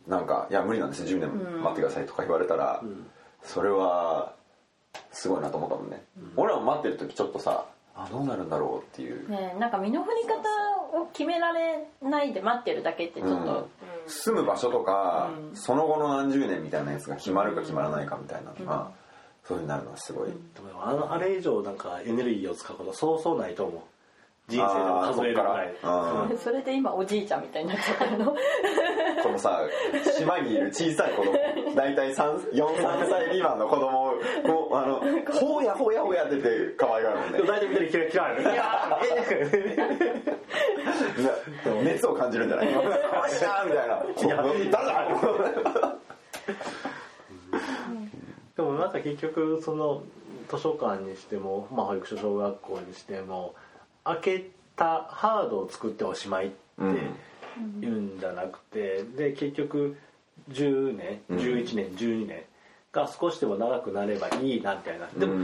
Speaker 1: なんかいや無理なんですじゅうねん待ってくださいとか言われたら、うん、それはすごいなと思ったもんね、うん、俺らも待ってる時ちょっとさあどうなるんだろうっていう、
Speaker 4: ね、なんか身の振り方を決められないで待ってるだけってちょっと、うん
Speaker 1: 住む場所とか、うん、その後の何十年みたいなやつが決まるか決まらないかみたいなのが、うん、そういう風になるのはすごい、うん、
Speaker 3: でも あ, のあれ以上なんかエネルギーを使うことそうそうないと思う人生でも数えるぐらい
Speaker 4: そ, それで今おじいちゃんみたいになっちゃったのこ
Speaker 1: のさ島にいる小さい子供大体よん、さんさい未満の子供をあのほうやほうやほうやってて可愛がるもんね
Speaker 3: 大体見てる嫌い嫌いいや
Speaker 1: 熱を感じるんじゃないみたいな誰だ
Speaker 3: でもなんか結局その図書館にしても、まあ、保育所小学校にしても開けたハードを作っておしまいって言うんじゃなくて、うん、で結局じゅうねんじゅういちねんじゅうにねんが少しでも長くなればいいなみたいなでも、うん、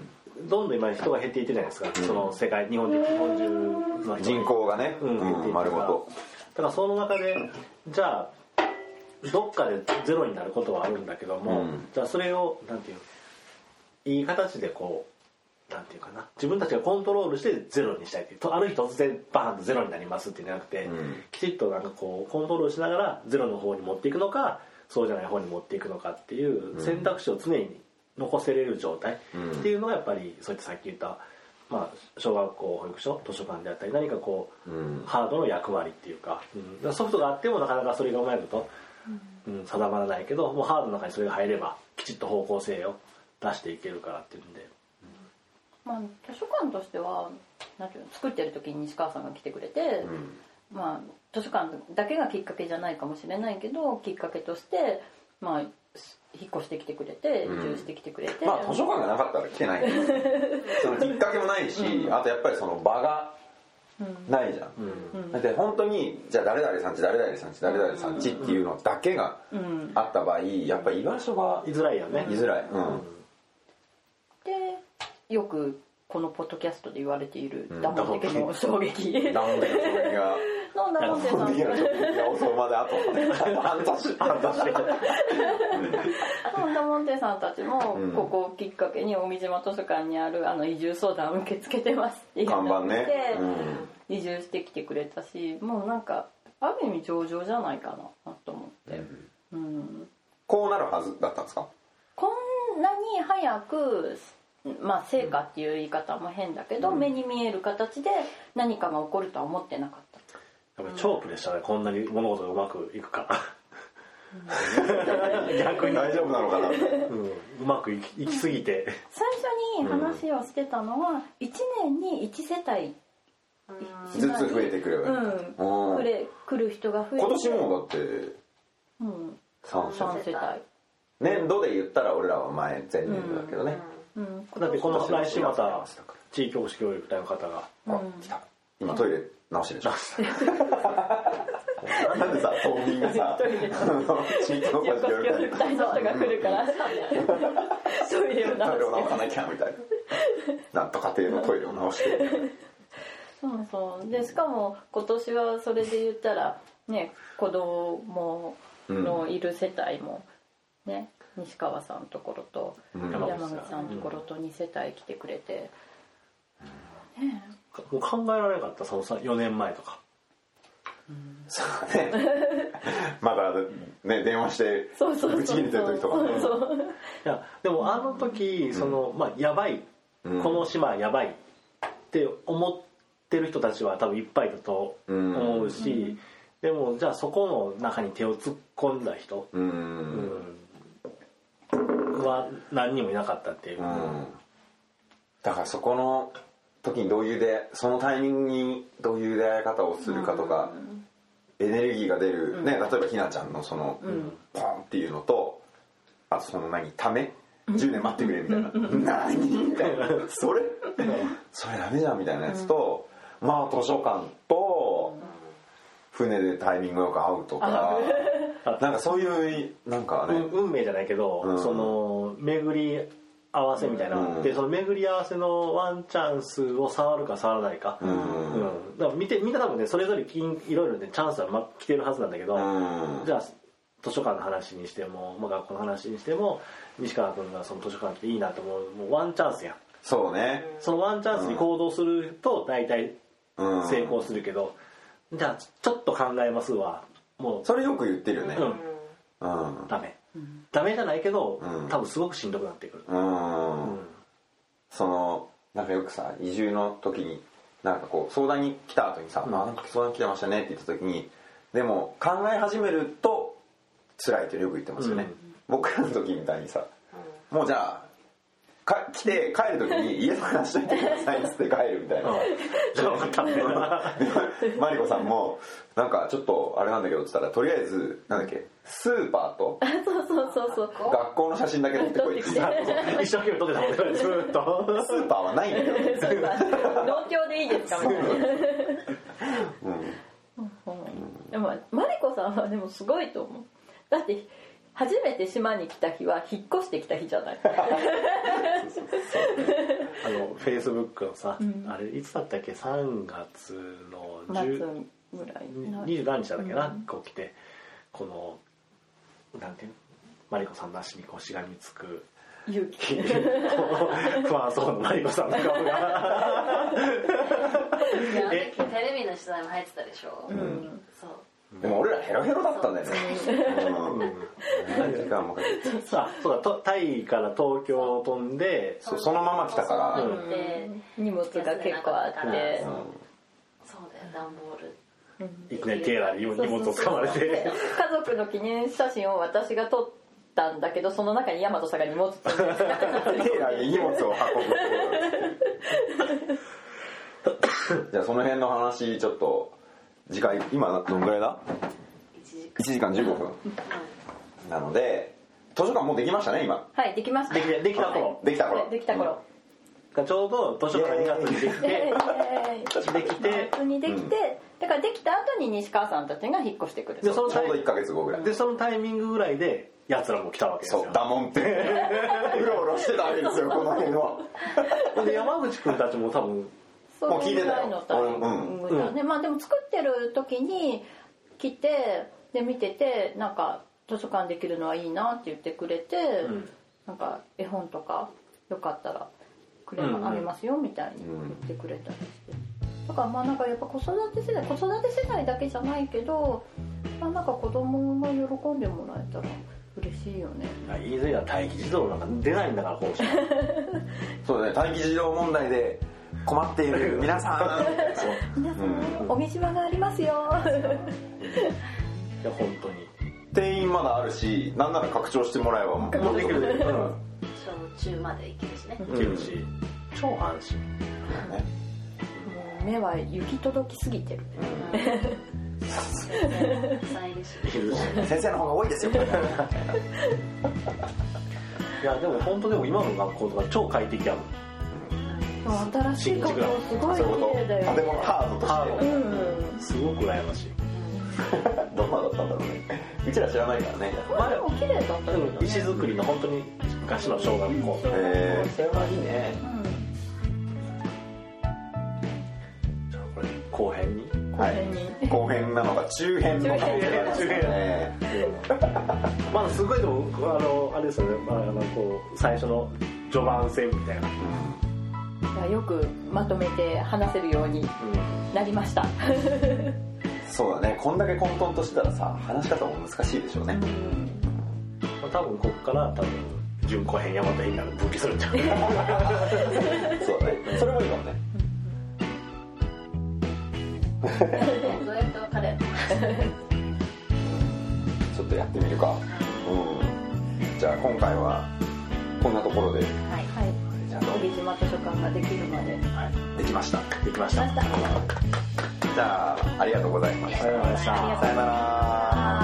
Speaker 3: どんどん今人が減っていってないですか、うん、その世界日本で日本中の
Speaker 1: 人口がね、
Speaker 3: うん、減っていって丸ごとだからその中でじゃあどっかでゼロになることはあるんだけども、うん、じゃあそれをなんていういい形でこうなんていうかな自分たちがコントロールしてゼロにしたいっていうある日突然バーンとゼロになりますっていうんじゃなくて、うん、きちっとなんかこうコントロールしながらゼロの方に持っていくのかそうじゃない方に持っていくのかっていう選択肢を常に残せれる状態っていうのがやっぱりそういったさっき言ったまあ、小学校保育所図書館であったり何かこう、うん、ハードの役割っていうか、うん、ソフトがあってもなかなかそれがうまいこと、うんうん、定まらないけどもうハードの中にそれが入ればきちっと方向性を出していけるからっていうんで、
Speaker 4: うんまあ、図書館としてはなんていうの作ってる時に西川さんが来てくれて、うんまあ、図書館だけがきっかけじゃないかもしれないけどきっかけとして、まあ引っ越してきてくれて、移住してきてくれて、
Speaker 1: うん、まあ図書館がなかったら来てないそのきっかけもないし、うん、あとやっぱりその場がないじゃん、うん、だって本当にじゃあ誰々さんち誰々さんち誰々さんちっていうのだけがあった場合やっぱり居場所が
Speaker 3: 居づらいよね
Speaker 1: 居づらい、うん、
Speaker 4: でよくこのポッドキャストで言われているダモンデケの衝撃、
Speaker 1: ダモンデケの衝撃が
Speaker 4: んだもんてさん
Speaker 1: 放送まであと半年半年
Speaker 4: そんなもんてさんたちもここをきっかけに近江島図書館にあるあの移住相談受け付けてますっていうのを見て、ねうん、移住してきてくれたし、もうなんかある意味上々じゃないかなと思って、うんうん、
Speaker 1: こうなるはずだったんですか？
Speaker 4: こんなに早く、まあ、成果っていう言い方も変だけど、うん、目に見える形で何かが起こるとは思ってなかった。
Speaker 3: やっぱりチョークでしたね、うん、こんなに物事がうまくいくから逆に
Speaker 1: 大丈夫なのかな、うん、
Speaker 3: うまくいき、いきすぎて
Speaker 4: 最初に話をしてたのは、いちねんにいち世帯
Speaker 1: ずつ増えてくればいい、
Speaker 4: うん、来れ来る人が増えて、
Speaker 1: 今年もだって、
Speaker 4: うん、
Speaker 1: さん世帯
Speaker 4: 世帯
Speaker 1: 年度で言ったら俺らは前前年度だけどね、
Speaker 4: うんうん、
Speaker 3: だってこの来週また地域おこし協力隊の方が、
Speaker 4: うん、
Speaker 1: 来た今トイレ直してるでしょなんでさ島民がさ地域おこし協力隊
Speaker 4: の人が来るからトイレを直して
Speaker 1: 直さなきゃみたいななんと家庭のトイレを直して
Speaker 4: そうそうでしかも今年はそれで言ったらね子供のいる世帯もね、西川さんのところと山口さんのところとに世帯来てくれて、
Speaker 3: うんね、もう考えられなかったそのさよねんまえとか、
Speaker 1: うん、そうねまだね電話してぶち切れてる時とかね
Speaker 3: いやでもあの時、うん、そのまあやばい、うん、この島やばいって思ってる人たちは多分いっぱいだと思うし、うん、でもじゃあそこの中に手を突っ込んだ人、うんうんは何人もいなかったっていう、うん、
Speaker 1: だからそこの時にどういう出そのタイミングにどういう出会い方をするかとか、うん、エネルギーが出る、うんね、例えばひなちゃんのその、うん、ポンっていうのとあとその何ためじゅうねん待ってくれみたいな何みたいなそれそれダメじゃんみたいなやつと、うん、まあ図書館と船でタイミングよく会うとかなんかそういうなんかね、
Speaker 3: 運命じゃないけど、うん、その巡り合わせみたいな、うん、でその巡り合わせのワンチャンスを触るか触らないか、うんうん、だから見てみんな多分ねそれぞれいろいろねチャンスは来てるはずなんだけど、うん、じゃあ図書館の話にしても、まあ、学校の話にしても西川君がその図書館っていいなと思うもうワンチャンスやん。
Speaker 1: そうね。
Speaker 3: そのワンチャンスに行動すると大体成功するけど、うん、じゃあちょっと考えますわ。もう
Speaker 1: それよく言ってるよね。うん
Speaker 3: うん、ダメ、うん、ダメじゃないけど、うん、多分すごくしんどくなってくる、うん
Speaker 1: うん、そのなんかよくさ移住の時になんかこう相談に来た後にさ、うん、あなんか相談来てましたねって言った時にでも考え始めると辛いってよく言ってますよね、うん、僕らの時みたいにさ、うん、もうじゃあか来て帰る時に家の話しといてくださいっつって帰るみたいなじゃあ分かったねマリコさんもなんかちょっとあれなんだけどっつったらとりあえずなんだっけスーパーと
Speaker 4: そうそうそうそう
Speaker 1: 学校の写真だけ撮ってこいって
Speaker 3: 一生懸命撮ってたもんねずっと
Speaker 1: スーパーはないんだけど
Speaker 4: 農協でいいですかみたいな、うんうん、でもマリコさんはでもすごいと思う。だって初めて島に来た日は引っ越してきた日じゃない
Speaker 3: あのフェイスブックのさ、うん、あれいつだったっけさんがつの
Speaker 4: 夏ぐらい
Speaker 3: にじゅう何日だったっけな、うん、こう来てこのなんていうのマリコさんなしにこうしがみつく
Speaker 4: 勇気
Speaker 3: 不安そうなマリコさんの顔がい
Speaker 2: やテレビの取材も入ってたでしょ、うん、そう
Speaker 1: でも俺らヘロヘロだったんだよね。何時間もかけて。
Speaker 3: あ、そうだ。タイから東京を飛んで、
Speaker 1: そうそのまま来たから。
Speaker 4: うん、荷物が結構あって、うん、そうだよ
Speaker 2: 段ボール。
Speaker 3: いきなりテーラーに荷物を掴まれて。
Speaker 4: 家族の記念写真を私が撮ったんだけど、その中に大和さんが荷物
Speaker 1: テーラーに荷物を運ぶ。じゃあその辺の話ちょっと。次回今どのぐらいだいちじかんじゅうごふんなので図書館もうできましたね今
Speaker 4: はいできました
Speaker 3: できできた頃
Speaker 1: できた頃
Speaker 4: できた頃、
Speaker 3: うん、ちょうど図書館にがつにできてできて
Speaker 4: にできて、うん、だからできた後に西川さんたちが引っ越してくる
Speaker 1: でそのちょうどいっかげつごぐらい
Speaker 3: でそのタイミングぐらいで奴らも来たわけですよ
Speaker 1: そうダモンってうろうろしてたわけですよこの辺は
Speaker 3: で山口君たちも多分
Speaker 4: そのぐらいのタイミングだね、まあでも作ってる時に来てで見ててなんか図書館できるのはいいなって言ってくれて、うん、なんか絵本とかよかったらくれ、うん、あげますよみたいに言ってくれたりして、だからまあなんかやっぱ子育て世代子育て世代だけじゃないけど、まあ、なんか子供が喜んでもらえたら嬉しいよね。
Speaker 3: いいぜや待機児童なんか出ないんだからこうして
Speaker 1: そうだね、待機児童問題で困っている皆さん
Speaker 4: そう皆さん、うん、お水場がありますよいや
Speaker 3: 本当に
Speaker 1: 定員まだあるし、なんなら拡張してもらえばもうできるで、うん、
Speaker 2: 小中まで行けるしね、
Speaker 3: 行けるし、超安心、
Speaker 4: ね、もう目は行き届きすぎてる、うん
Speaker 1: 先生の方が多いですよい
Speaker 3: やでも本当でも今の学校とか超快適やもん、
Speaker 4: うん、新しい学校すごい綺麗だよね。
Speaker 1: 建物ハードとして、
Speaker 3: うん、すごく羨ましい
Speaker 1: どんなだったんだろうね、うちら知らないからね。
Speaker 4: まあでも綺麗だったよね、
Speaker 3: うん、石造りの本当に昔の小学校、
Speaker 1: へえ、それはいいね、
Speaker 3: うん、じゃあこれ後編に
Speaker 4: 後編に、
Speaker 1: はい、後編なのか中編のかもしれないですね
Speaker 3: まだすごいでもあのあれですよね、まあ、あのこう最初の序盤戦みたいな、
Speaker 4: うん、よくまとめて話せるようになりました、うん
Speaker 1: そうだね、こんだけ混沌としてたらさ話し方も難しいでしょうね、うん
Speaker 3: まあ、多分ここから多分準後編大和編が分岐するんじゃない
Speaker 1: そうだね、それもいいかもね
Speaker 2: どうやって分かれる
Speaker 1: ちょっとやってみるか、うん、じゃあ今回はこんなところで、はいはい、
Speaker 4: じゃあ帯島図書館ができるまで、
Speaker 1: はい、できました
Speaker 3: できました
Speaker 1: じゃあありがとうございました。
Speaker 3: ありがとうございました。
Speaker 1: さよなら。